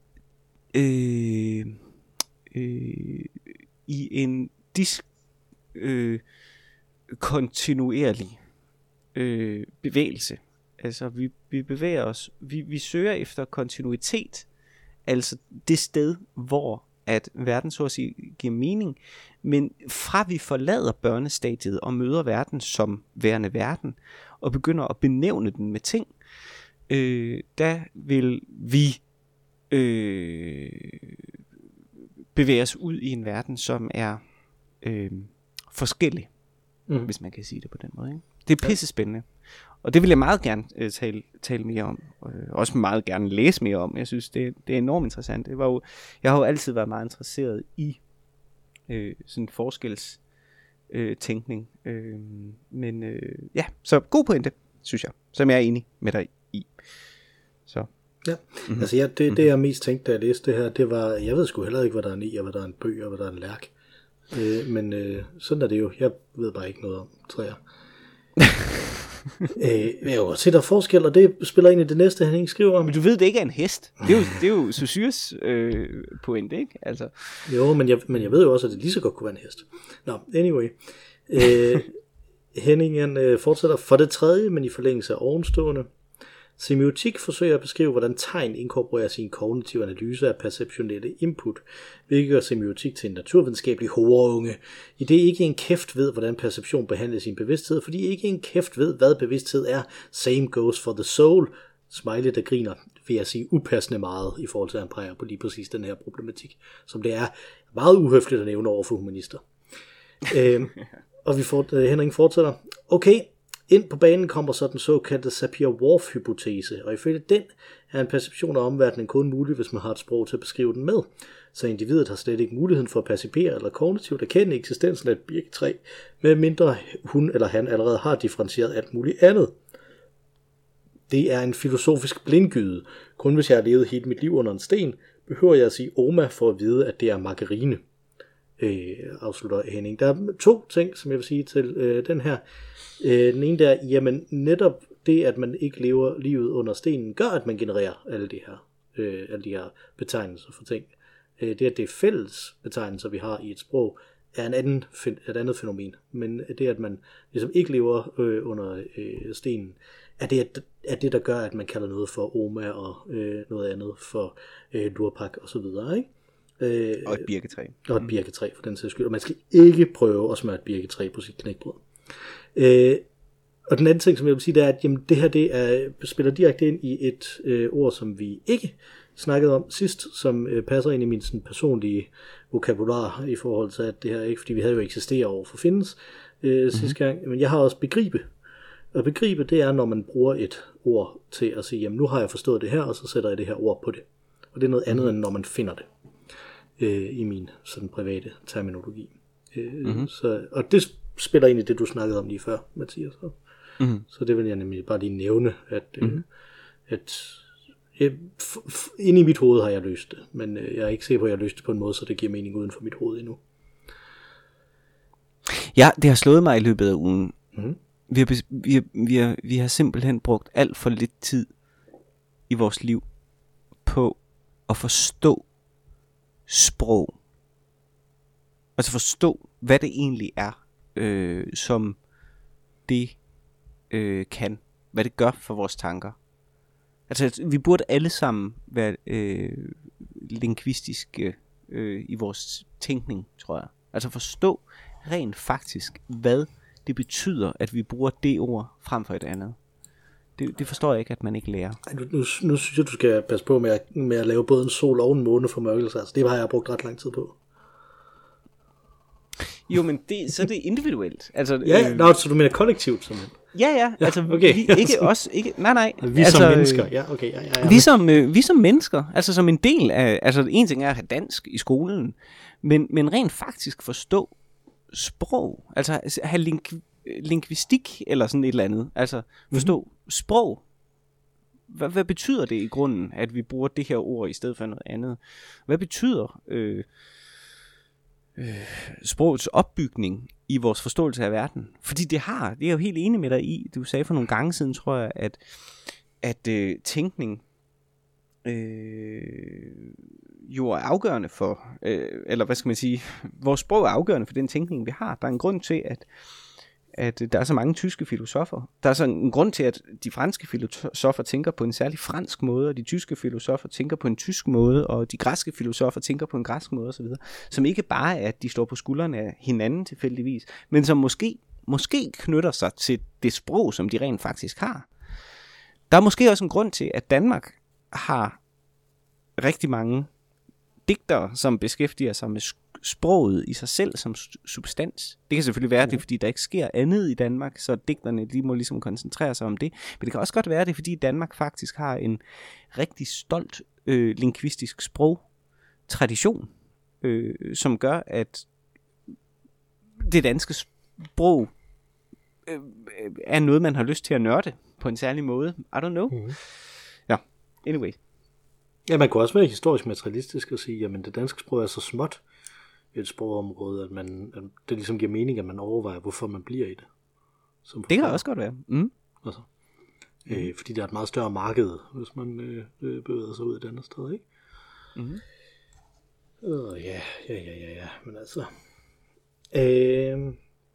øh, øh, i en dis, øh, kontinuerlig øh, bevægelse. Altså vi, vi bevæger os, vi, vi søger efter kontinuitet, altså det sted, hvor at verden så at sige giver mening, men fra vi forlader børnestadiet og møder verden som værende verden, og begynder at benævne den med ting, øh, der vil vi øh, bevæge os ud i en verden, som er øh, forskellig, mm. hvis man kan sige det på den måde. Ikke? Det er pissespændende. Og det vil jeg meget gerne øh, tale, tale mere om. Og øh, også meget gerne læse mere om. Jeg synes, det, det er enormt interessant. Det var jo, jeg har jo altid været meget interesseret i øh, sådan forskels øh, tænkning. Øh, men øh, ja, så god pointe, synes jeg. Som jeg er enig med dig i. Så. Ja, mm-hmm. altså ja, det, det jeg mest tænkte, da jeg læste det her, det var, jeg ved sgu heller ikke, hvad der er en i, og hvad der er en bøg, og hvad der er en lærk. Øh, men øh, sådan er det jo. Jeg ved bare ikke noget om træer. øh, jeg har jo set der forskel, og det spiller ind i det næste, Henning skriver om. Men du ved, det ikke er en hest. Det er jo, det er jo Saussures øh, pointe, ikke? Altså. Jo, men jeg, men jeg ved jo også, at det lige så godt kunne være en hest. Nå, anyway. Øh, Henning øh, fortsætter. For det tredje, men i forlængelse af ovenstående, semiotik forsøger at beskrive, hvordan tegn inkorporerer sin kognitive analyse af perceptionelle input, hvilket gør semiotik til en naturvidenskabelig horunge, i det ikke en kæft ved, hvordan perception behandler sin bevidsthed, fordi ikke en kæft ved, hvad bevidsthed er. Same goes for the soul. Smiley, der griner, vil jeg sige upassende meget, i forhold til at han peger på lige præcis den her problematik, som det er meget uhøfligt at nævne over for humanister. øh, og vi får, Henrik fortsætter. Okay, ind på banen kommer så den såkaldte Sapir-Whorf-hypotese, og ifølge den er en perception af omverdenen kun mulig, hvis man har et sprog til at beskrive den med. Så individet har slet ikke muligheden for at percipere eller kognitivt erkende eksistensen af et birketræ, medmindre hun eller han allerede har differentieret alt muligt andet. Det er en filosofisk blindgyde. Kun hvis jeg har levet hele mit liv under en sten, behøver jeg at sige Oma for at vide, at det er margarine. Øh, afslutter Henning. Der er to ting, som jeg vil sige til øh, den her. Øh, den ene der, jamen netop det, at man ikke lever livet under stenen, gør, at man genererer alle de her, øh, alle de her betegnelser for ting. Øh, det, at det er fælles betegnelser, vi har i et sprog, er en anden, et andet fænomen. Men det, at man ligesom ikke lever øh, under øh, stenen, er det, er det, der gør, at man kalder noget for Oma og øh, noget andet for øh, Lurpak og så videre, ikke? Øh, og et birketræ. Og et birketræ for den sags skyld. Og man skal ikke prøve at smøre et birketræ på sit knækbrød. Øh, og den anden ting, som jeg vil sige, det er, at jamen, det her det er, spiller direkte ind i et øh, ord, som vi ikke snakkede om sidst, som øh, passer ind i min sådan, personlige vokabular i forhold til, at det her ikke, fordi vi havde jo eksisteret over for findes øh, mm-hmm. sidste gang. Men jeg har også begribe. Og begribe, det er, når man bruger et ord til at sige, jamen nu har jeg forstået det her, og så sætter jeg det her ord på det. Og det er noget andet, mm-hmm. end når man finder det. Øh, i min sådan private terminologi. Øh, mm-hmm. så, og det spiller ind i det, du snakkede om lige før, Mathias. Så, mm-hmm. så det vil jeg nemlig bare lige nævne, at, mm-hmm. øh, at Jeg, f- f- inde i mit hoved har jeg løst det, men øh, jeg er ikke sikker på, at jeg har løst det på en måde, så det giver mening uden for mit hoved endnu. Ja, det har slået mig i løbet af ugen. Mm-hmm. Vi, har, vi, har, vi, har, vi har simpelthen brugt alt for lidt tid i vores liv på at forstå sprog. Altså forstå, hvad det egentlig er, øh, som det øh, kan. Hvad det gør for vores tanker. Altså, vi burde alle sammen være øh, lingvistiske øh, i vores tænkning, tror jeg. Altså forstå rent faktisk, hvad det betyder, at vi bruger det ord frem for et andet. Det, det forstår jeg ikke, at man ikke lærer. Nu, nu, nu synes jeg, du skal passe på med at, med at lave både en sol og en måne for mørkelse. Altså, det har jeg brugt ret lang tid på. Jo, men det, så er det individuelt. Altså, ja, øh, no, så du mener kollektivt simpelthen? Ja, ja. Ja, altså, okay. vi, ikke os, ikke, nej, nej. Vi altså, som mennesker, ja, okay. Ja, ja, ja. Vi, som, øh, vi som mennesker, altså som en del af, altså en ting er at have dansk i skolen, men, men rent faktisk forstå sprog, altså have link, lingvistik eller sådan et eller andet, altså forstå mm-hmm. sprog. Hvad, hvad betyder det i grunden, at vi bruger det her ord i stedet for noget andet? Hvad betyder øh, øh, sprogets opbygning i vores forståelse af verden? Fordi det har, det er jeg jo helt enig med dig i, du sagde for nogle gange siden, tror jeg, at, at øh, tænkning øh, jo er afgørende for, øh, eller hvad skal man sige, vores sprog er afgørende for den tænkning, vi har. Der er en grund til, at at der er så mange tyske filosofer. Der er så en grund til, at de franske filosofer tænker på en særlig fransk måde, og de tyske filosofer tænker på en tysk måde, og de græske filosofer tænker på en græsk måde osv., som ikke bare er, at de står på skuldrene af hinanden tilfældigvis, men som måske, måske knytter sig til det sprog, som de rent faktisk har. Der er måske også en grund til, at Danmark har rigtig mange digtere, som beskæftiger sig med sproget i sig selv som substans. Det kan selvfølgelig være, det er, fordi der ikke sker andet i Danmark, så digterne de må ligesom koncentrere sig om det. Men det kan også godt være, det er, fordi Danmark faktisk har en rigtig stolt øh, lingvistisk sprogtradition, øh, som gør, at det danske sprog øh, er noget, man har lyst til at nørde på en særlig måde. I don't know. Mm-hmm. Ja, anyway. Ja, man kunne også være historisk materialistisk og sige, jamen det danske sprog er så småt et sprogområde, at, man, at det ligesom giver mening, at man overvejer, hvorfor man bliver i det. Som det kan også godt være. Mm. Altså, øh, fordi der er et meget større marked, hvis man øh, øh, bevæger sig ud et andet sted, ikke? Mm. Øh, ja, ja, ja, ja, ja, men altså... Øh,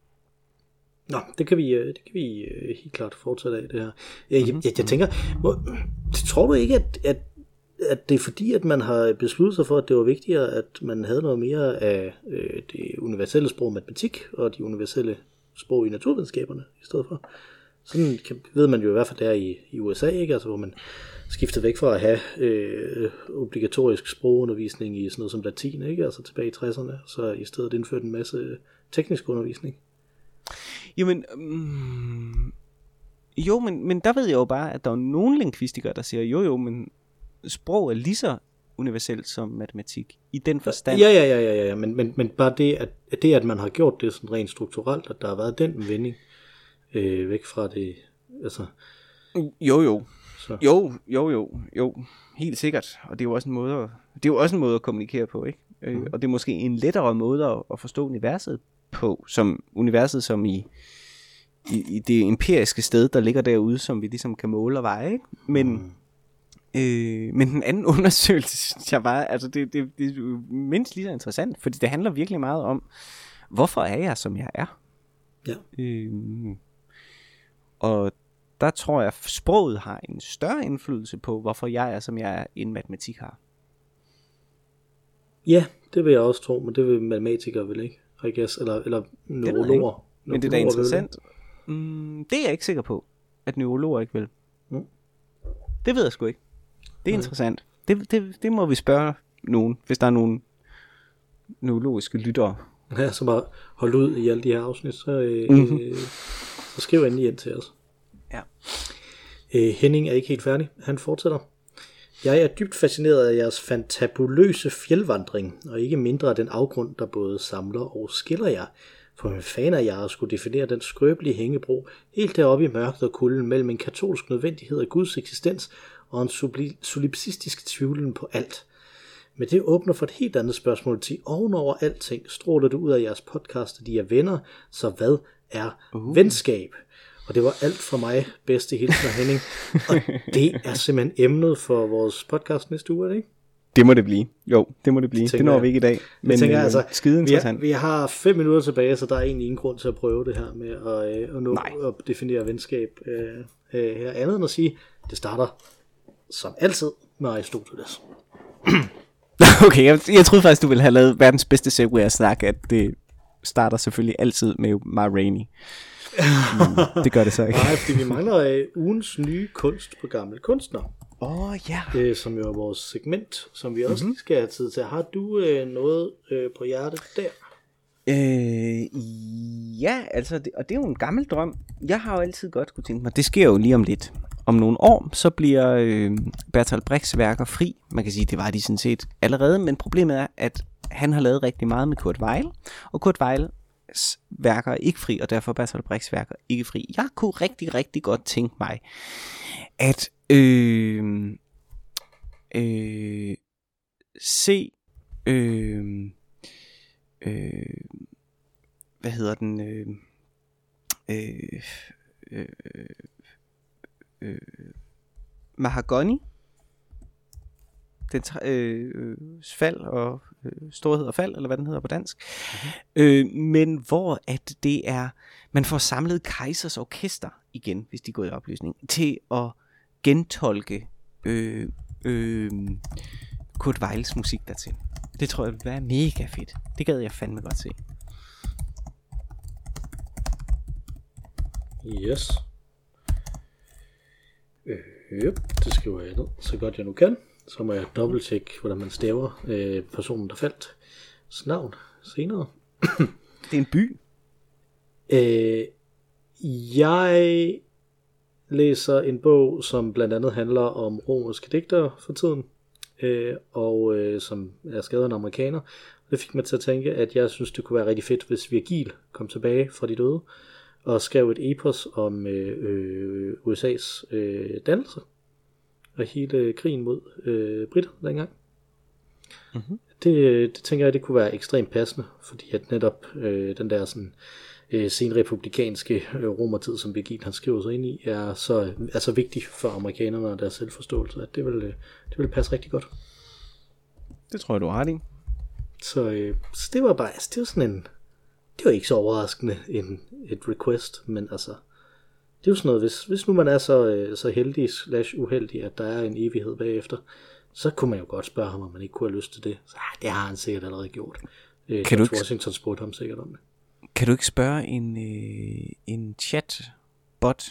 nå, det kan vi, det kan vi helt klart fortsætte af, det her. Jeg, jeg, jeg, jeg tænker, hvor, tror du ikke, at, at at det er fordi, at man har besluttet sig for, at det var vigtigere, at man havde noget mere af øh, det universelle sprog matematik, og de universelle sprog i naturvidenskaberne i stedet for. Sådan kan, ved man jo i hvert fald der i, i U S A, ikke? Altså, hvor man skiftede væk fra at have øh, obligatorisk sprogundervisning i sådan noget som latin, ikke? Altså tilbage i tresserne, så i stedet indførte en masse teknisk undervisning. Jo, men, um, jo, men, men der ved jeg jo bare, at der er nogle lingvistikere, der siger, jo jo, men sprog er lige så universelt som matematik i den forstand. Ja, ja, ja, ja, ja. Men, men, men bare det at, det, at man har gjort det sådan rent strukturelt, at der har været den vending øh, væk fra det, altså... Jo, jo. Så. Jo, jo, jo, jo. Helt sikkert. Og det er jo også en måde at, det er jo også en måde at kommunikere på, ikke? Mm. Øh, og det er måske en lettere måde at, at forstå universet på, som universet som i, i, i det empiriske sted, der ligger derude, som vi ligesom kan måle og veje, ikke? Men... Mm. Øh, men den anden undersøgelse, synes jeg bare, altså det, det, det er mindst lige så interessant, fordi det handler virkelig meget om, hvorfor er jeg, som jeg er? Ja. Øh, og der tror jeg, at sproget har en større indflydelse på, hvorfor jeg er, som jeg er, end matematik har. Ja, det vil jeg også tro, men det vil matematikere vel ikke, I guess, eller, eller neurologer. Men det er da interessant. Mm, det er jeg ikke sikker på, at neurologer ikke vil. Mm. Det ved jeg sgu ikke. Det er interessant. Det, det, det må vi spørge nogen, hvis der er nogen neurologiske lyttere. Ja, så bare hold ud i alle de her afsnit, så, øh, mm-hmm. øh, så skriv endelig ind til os. Ja. Øh, Henning er ikke helt færdig. Han fortsætter. Jeg er dybt fascineret af jeres fantabuløse fjeldvandring, og ikke mindre af den afgrund, der både samler og skiller jer. For en fan af jer skulle definere den skrøbelige hængebro helt deroppe i mørket og kulden mellem en katolsk nødvendighed af Guds eksistens og en solipsistisk tvivlen på alt. Men det åbner for et helt andet spørgsmål til. Ovenover alting stråler det ud af jeres podcast, at de er venner, så hvad er uh. venskab? Og det var alt fra mig, bedste hilsen af Henning. Og det er simpelthen emnet for vores podcast næste uge, er det ikke? Det må det blive. Jo, det må det blive. Det, det når vi ikke i dag. Men tænker, øh, altså, skide interessant. Vi, vi har fem minutter tilbage, så der er egentlig ingen grund til at prøve det her med at, øh, at nå at definere venskab øh, øh, her. Andet end at sige, det starter som altid med Aristoteles. Okay, jeg, jeg troede faktisk, du ville have lavet verdens bedste segue at snakke, at det starter selvfølgelig altid med Ma Rainey. Mm, det gør det så ikke. Nej, fordi vi mangler øh, ugens nye kunst på gamle kunstnere. Åh, oh, ja. Yeah. Øh, som jo er vores segment, som vi også mm-hmm. skal have tid til. Har du øh, noget øh, på hjertet der? Øh, ja, altså, det, og det er jo en gammel drøm. Jeg har jo altid godt kunne tænke mig, det sker jo lige om lidt. Om nogle år, så bliver øh, Bertolt Brechts værker fri. Man kan sige, det var de sådan set allerede, men problemet er, at han har lavet rigtig meget med Kurt Weill, og Kurt Weills værker er ikke fri, og derfor er Bertolt Brechts værker ikke fri. Jeg kunne rigtig, rigtig godt tænke mig, at øh, øh, se øh, øh, hvad hedder den øh, øh, øh, øh, Mahagoni, den øh, fald og øh, storhed og fald, eller hvad den hedder på dansk. Mm-hmm. Øh, men hvor at det er, man får samlet Kaisers orkester igen, hvis de er gået i opløsning, til at gentolke øh, øh, Kurt Weills musik dertil. Det tror jeg vil være mega fedt. Det gad jeg fandme godt se. Yes. Øh, yep, det skriver jeg ned, så godt jeg nu kan. Så må jeg dobbelttjekke, hvordan man staver øh, personen, der faldt. Navn senere. Det er en by. Øh, jeg læser en bog, som blandt andet handler om romerske digtere for tiden, øh, og øh, som er skrevet af en amerikaner. Det fik mig til at tænke, at jeg synes, det kunne være rigtig fedt, hvis Virgil kom tilbage fra de døde, og skrev et epos om øh, øh, U S A's øh, dannelse, og hele krigen mod øh, britter dengang. Mm-hmm. Det, det tænker jeg, det kunne være ekstremt passende, fordi at netop øh, den der sådan øh, senrepublikanske øh, romertid, som Virgil han skriver sig ind i, er så, er så vigtig for amerikanerne og deres selvforståelse, at det vil, øh, det vil passe rigtig godt. Det tror jeg, du har ret i. Så, øh, så det var bare, altså, det var sådan en, det var ikke så overraskende en, et request, men altså, det er jo sådan noget, hvis, hvis nu man er så, øh, så heldig slash uheldig, at der er en evighed bagefter, så kunne man jo godt spørge ham, om man ikke kunne have lyst til det. Så ah, det har han sikkert allerede gjort. Øh, kan du ikke... Washington spurgte ham sikkert om det. Kan du ikke spørge en, øh, en chat-bot?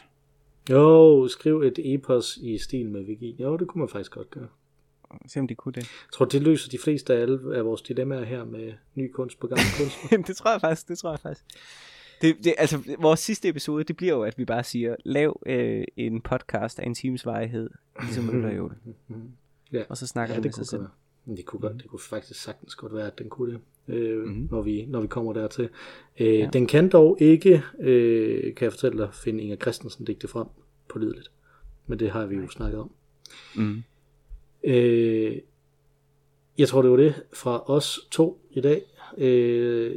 Jo, skriv et epos i stil med Virgil. Jo, det kunne man faktisk godt gøre. Se om de kunne det. Jeg tror, det løser de fleste af alle af vores dilemmaer her med ny kunst på gammel kunst. Det tror jeg faktisk, det tror jeg faktisk. Det, det, altså, vores sidste episode, det bliver jo, at vi bare siger, lav øh, en podcast af en times varighed, ligesom Møllerjul. Ja. Og så snakker ja, vi med sig selv. Men det kunne, godt, det kunne faktisk sagtens godt være, at den kunne det, øh, mm-hmm. når, vi, når vi kommer dertil. Øh, ja. Den kan dog ikke, øh, kan jeg fortælle dig, finde Inger Christensen digte frem pålideligt. Men det har vi jo snakket om. Mm. Øh, jeg tror, det var det fra os to i dag. Øh,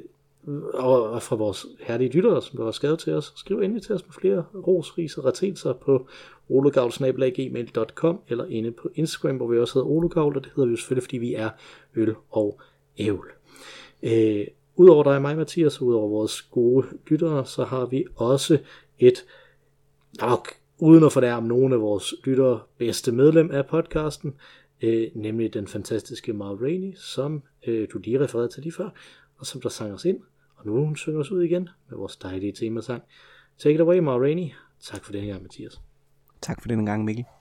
og fra vores herlige lyttere, som der var skrevet til os. Skriv endelig til os med flere ros, ris og retelser på ologavl snabel-a gmail punktum com eller inde på Instagram, hvor vi også hedder ologavl, og det hedder vi jo selvfølgelig, fordi vi er øl og ævl. Øh, Udover dig og mig, Mathias, og udover vores gode lyttere, så har vi også et, nok uden at fornærme nogen af vores lyttere, bedste medlem af podcasten, øh, nemlig den fantastiske Ma Rainey, som øh, du lige refererede til lige før, og som der sang os ind. Og nu hun synger os ud igen med vores dejlige temasang. Take it away, Ma Rainey. Tak for denne gang, Mathias. Tak for denne gang, Mikkel.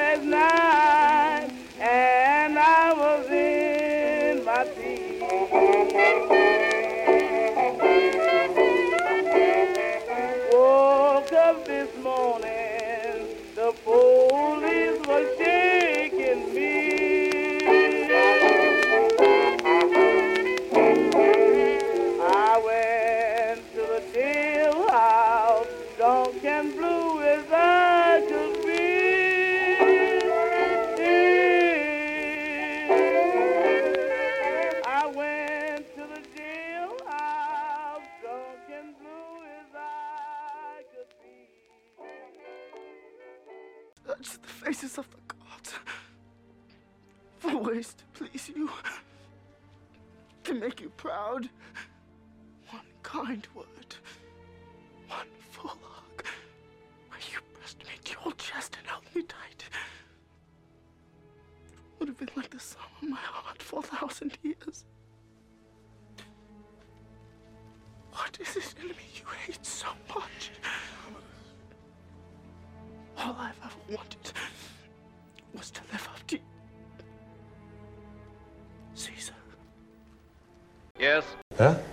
And I was in my teeth. praises of the gods, for ways to please you, to make you proud. One kind word, one full hug, where you pressed me to your chest and held me tight. Would have been like the sum of my heart for a thousand years. What is it in me you hate so much? All I've ever wanted was to live up to Caesar. Yes. Ja?